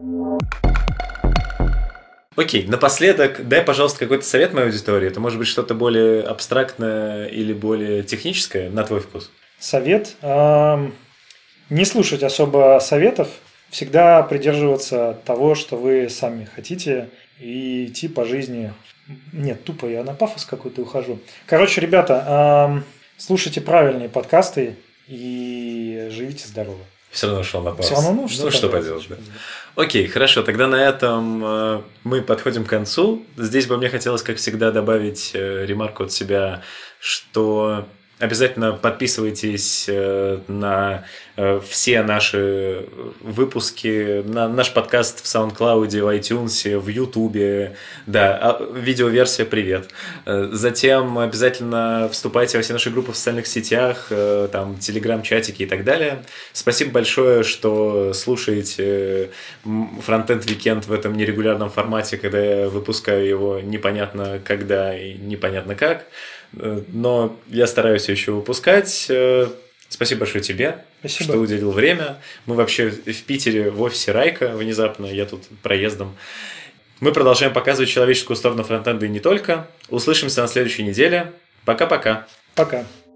Окей, напоследок, дай, пожалуйста, какой-то совет моей аудитории. Это может быть что-то более абстрактное или более техническое, на твой вкус? Совет? Не слушать особо советов, всегда придерживаться того, что вы сами хотите, и идти по жизни. Нет, тупо я на пафос какой-то ухожу. Короче, ребята, слушайте правильные подкасты и живите здорово. Все равно шел на паузу. Все равно, что поделать, да. Окей, хорошо, тогда на этом мы подходим к концу. Здесь бы мне хотелось, как всегда, добавить ремарку от себя, что обязательно подписывайтесь на все наши выпуски, на наш подкаст в SoundCloud, в iTunes, в YouTube. Да, видеоверсия «Привет». Затем обязательно вступайте во все наши группы в социальных сетях, там, телеграм-чатики и так далее. Спасибо большое, что слушаете Frontend Weekend в этом нерегулярном формате, когда я выпускаю его непонятно когда и непонятно как. Но я стараюсь еще выпускать. Спасибо большое тебе, что уделил время. Мы вообще в Питере в офисе Райка внезапно, я тут проездом. Мы продолжаем показывать человеческую сторону фронтенда и не только. Услышимся на следующей неделе. Пока-пока. Пока.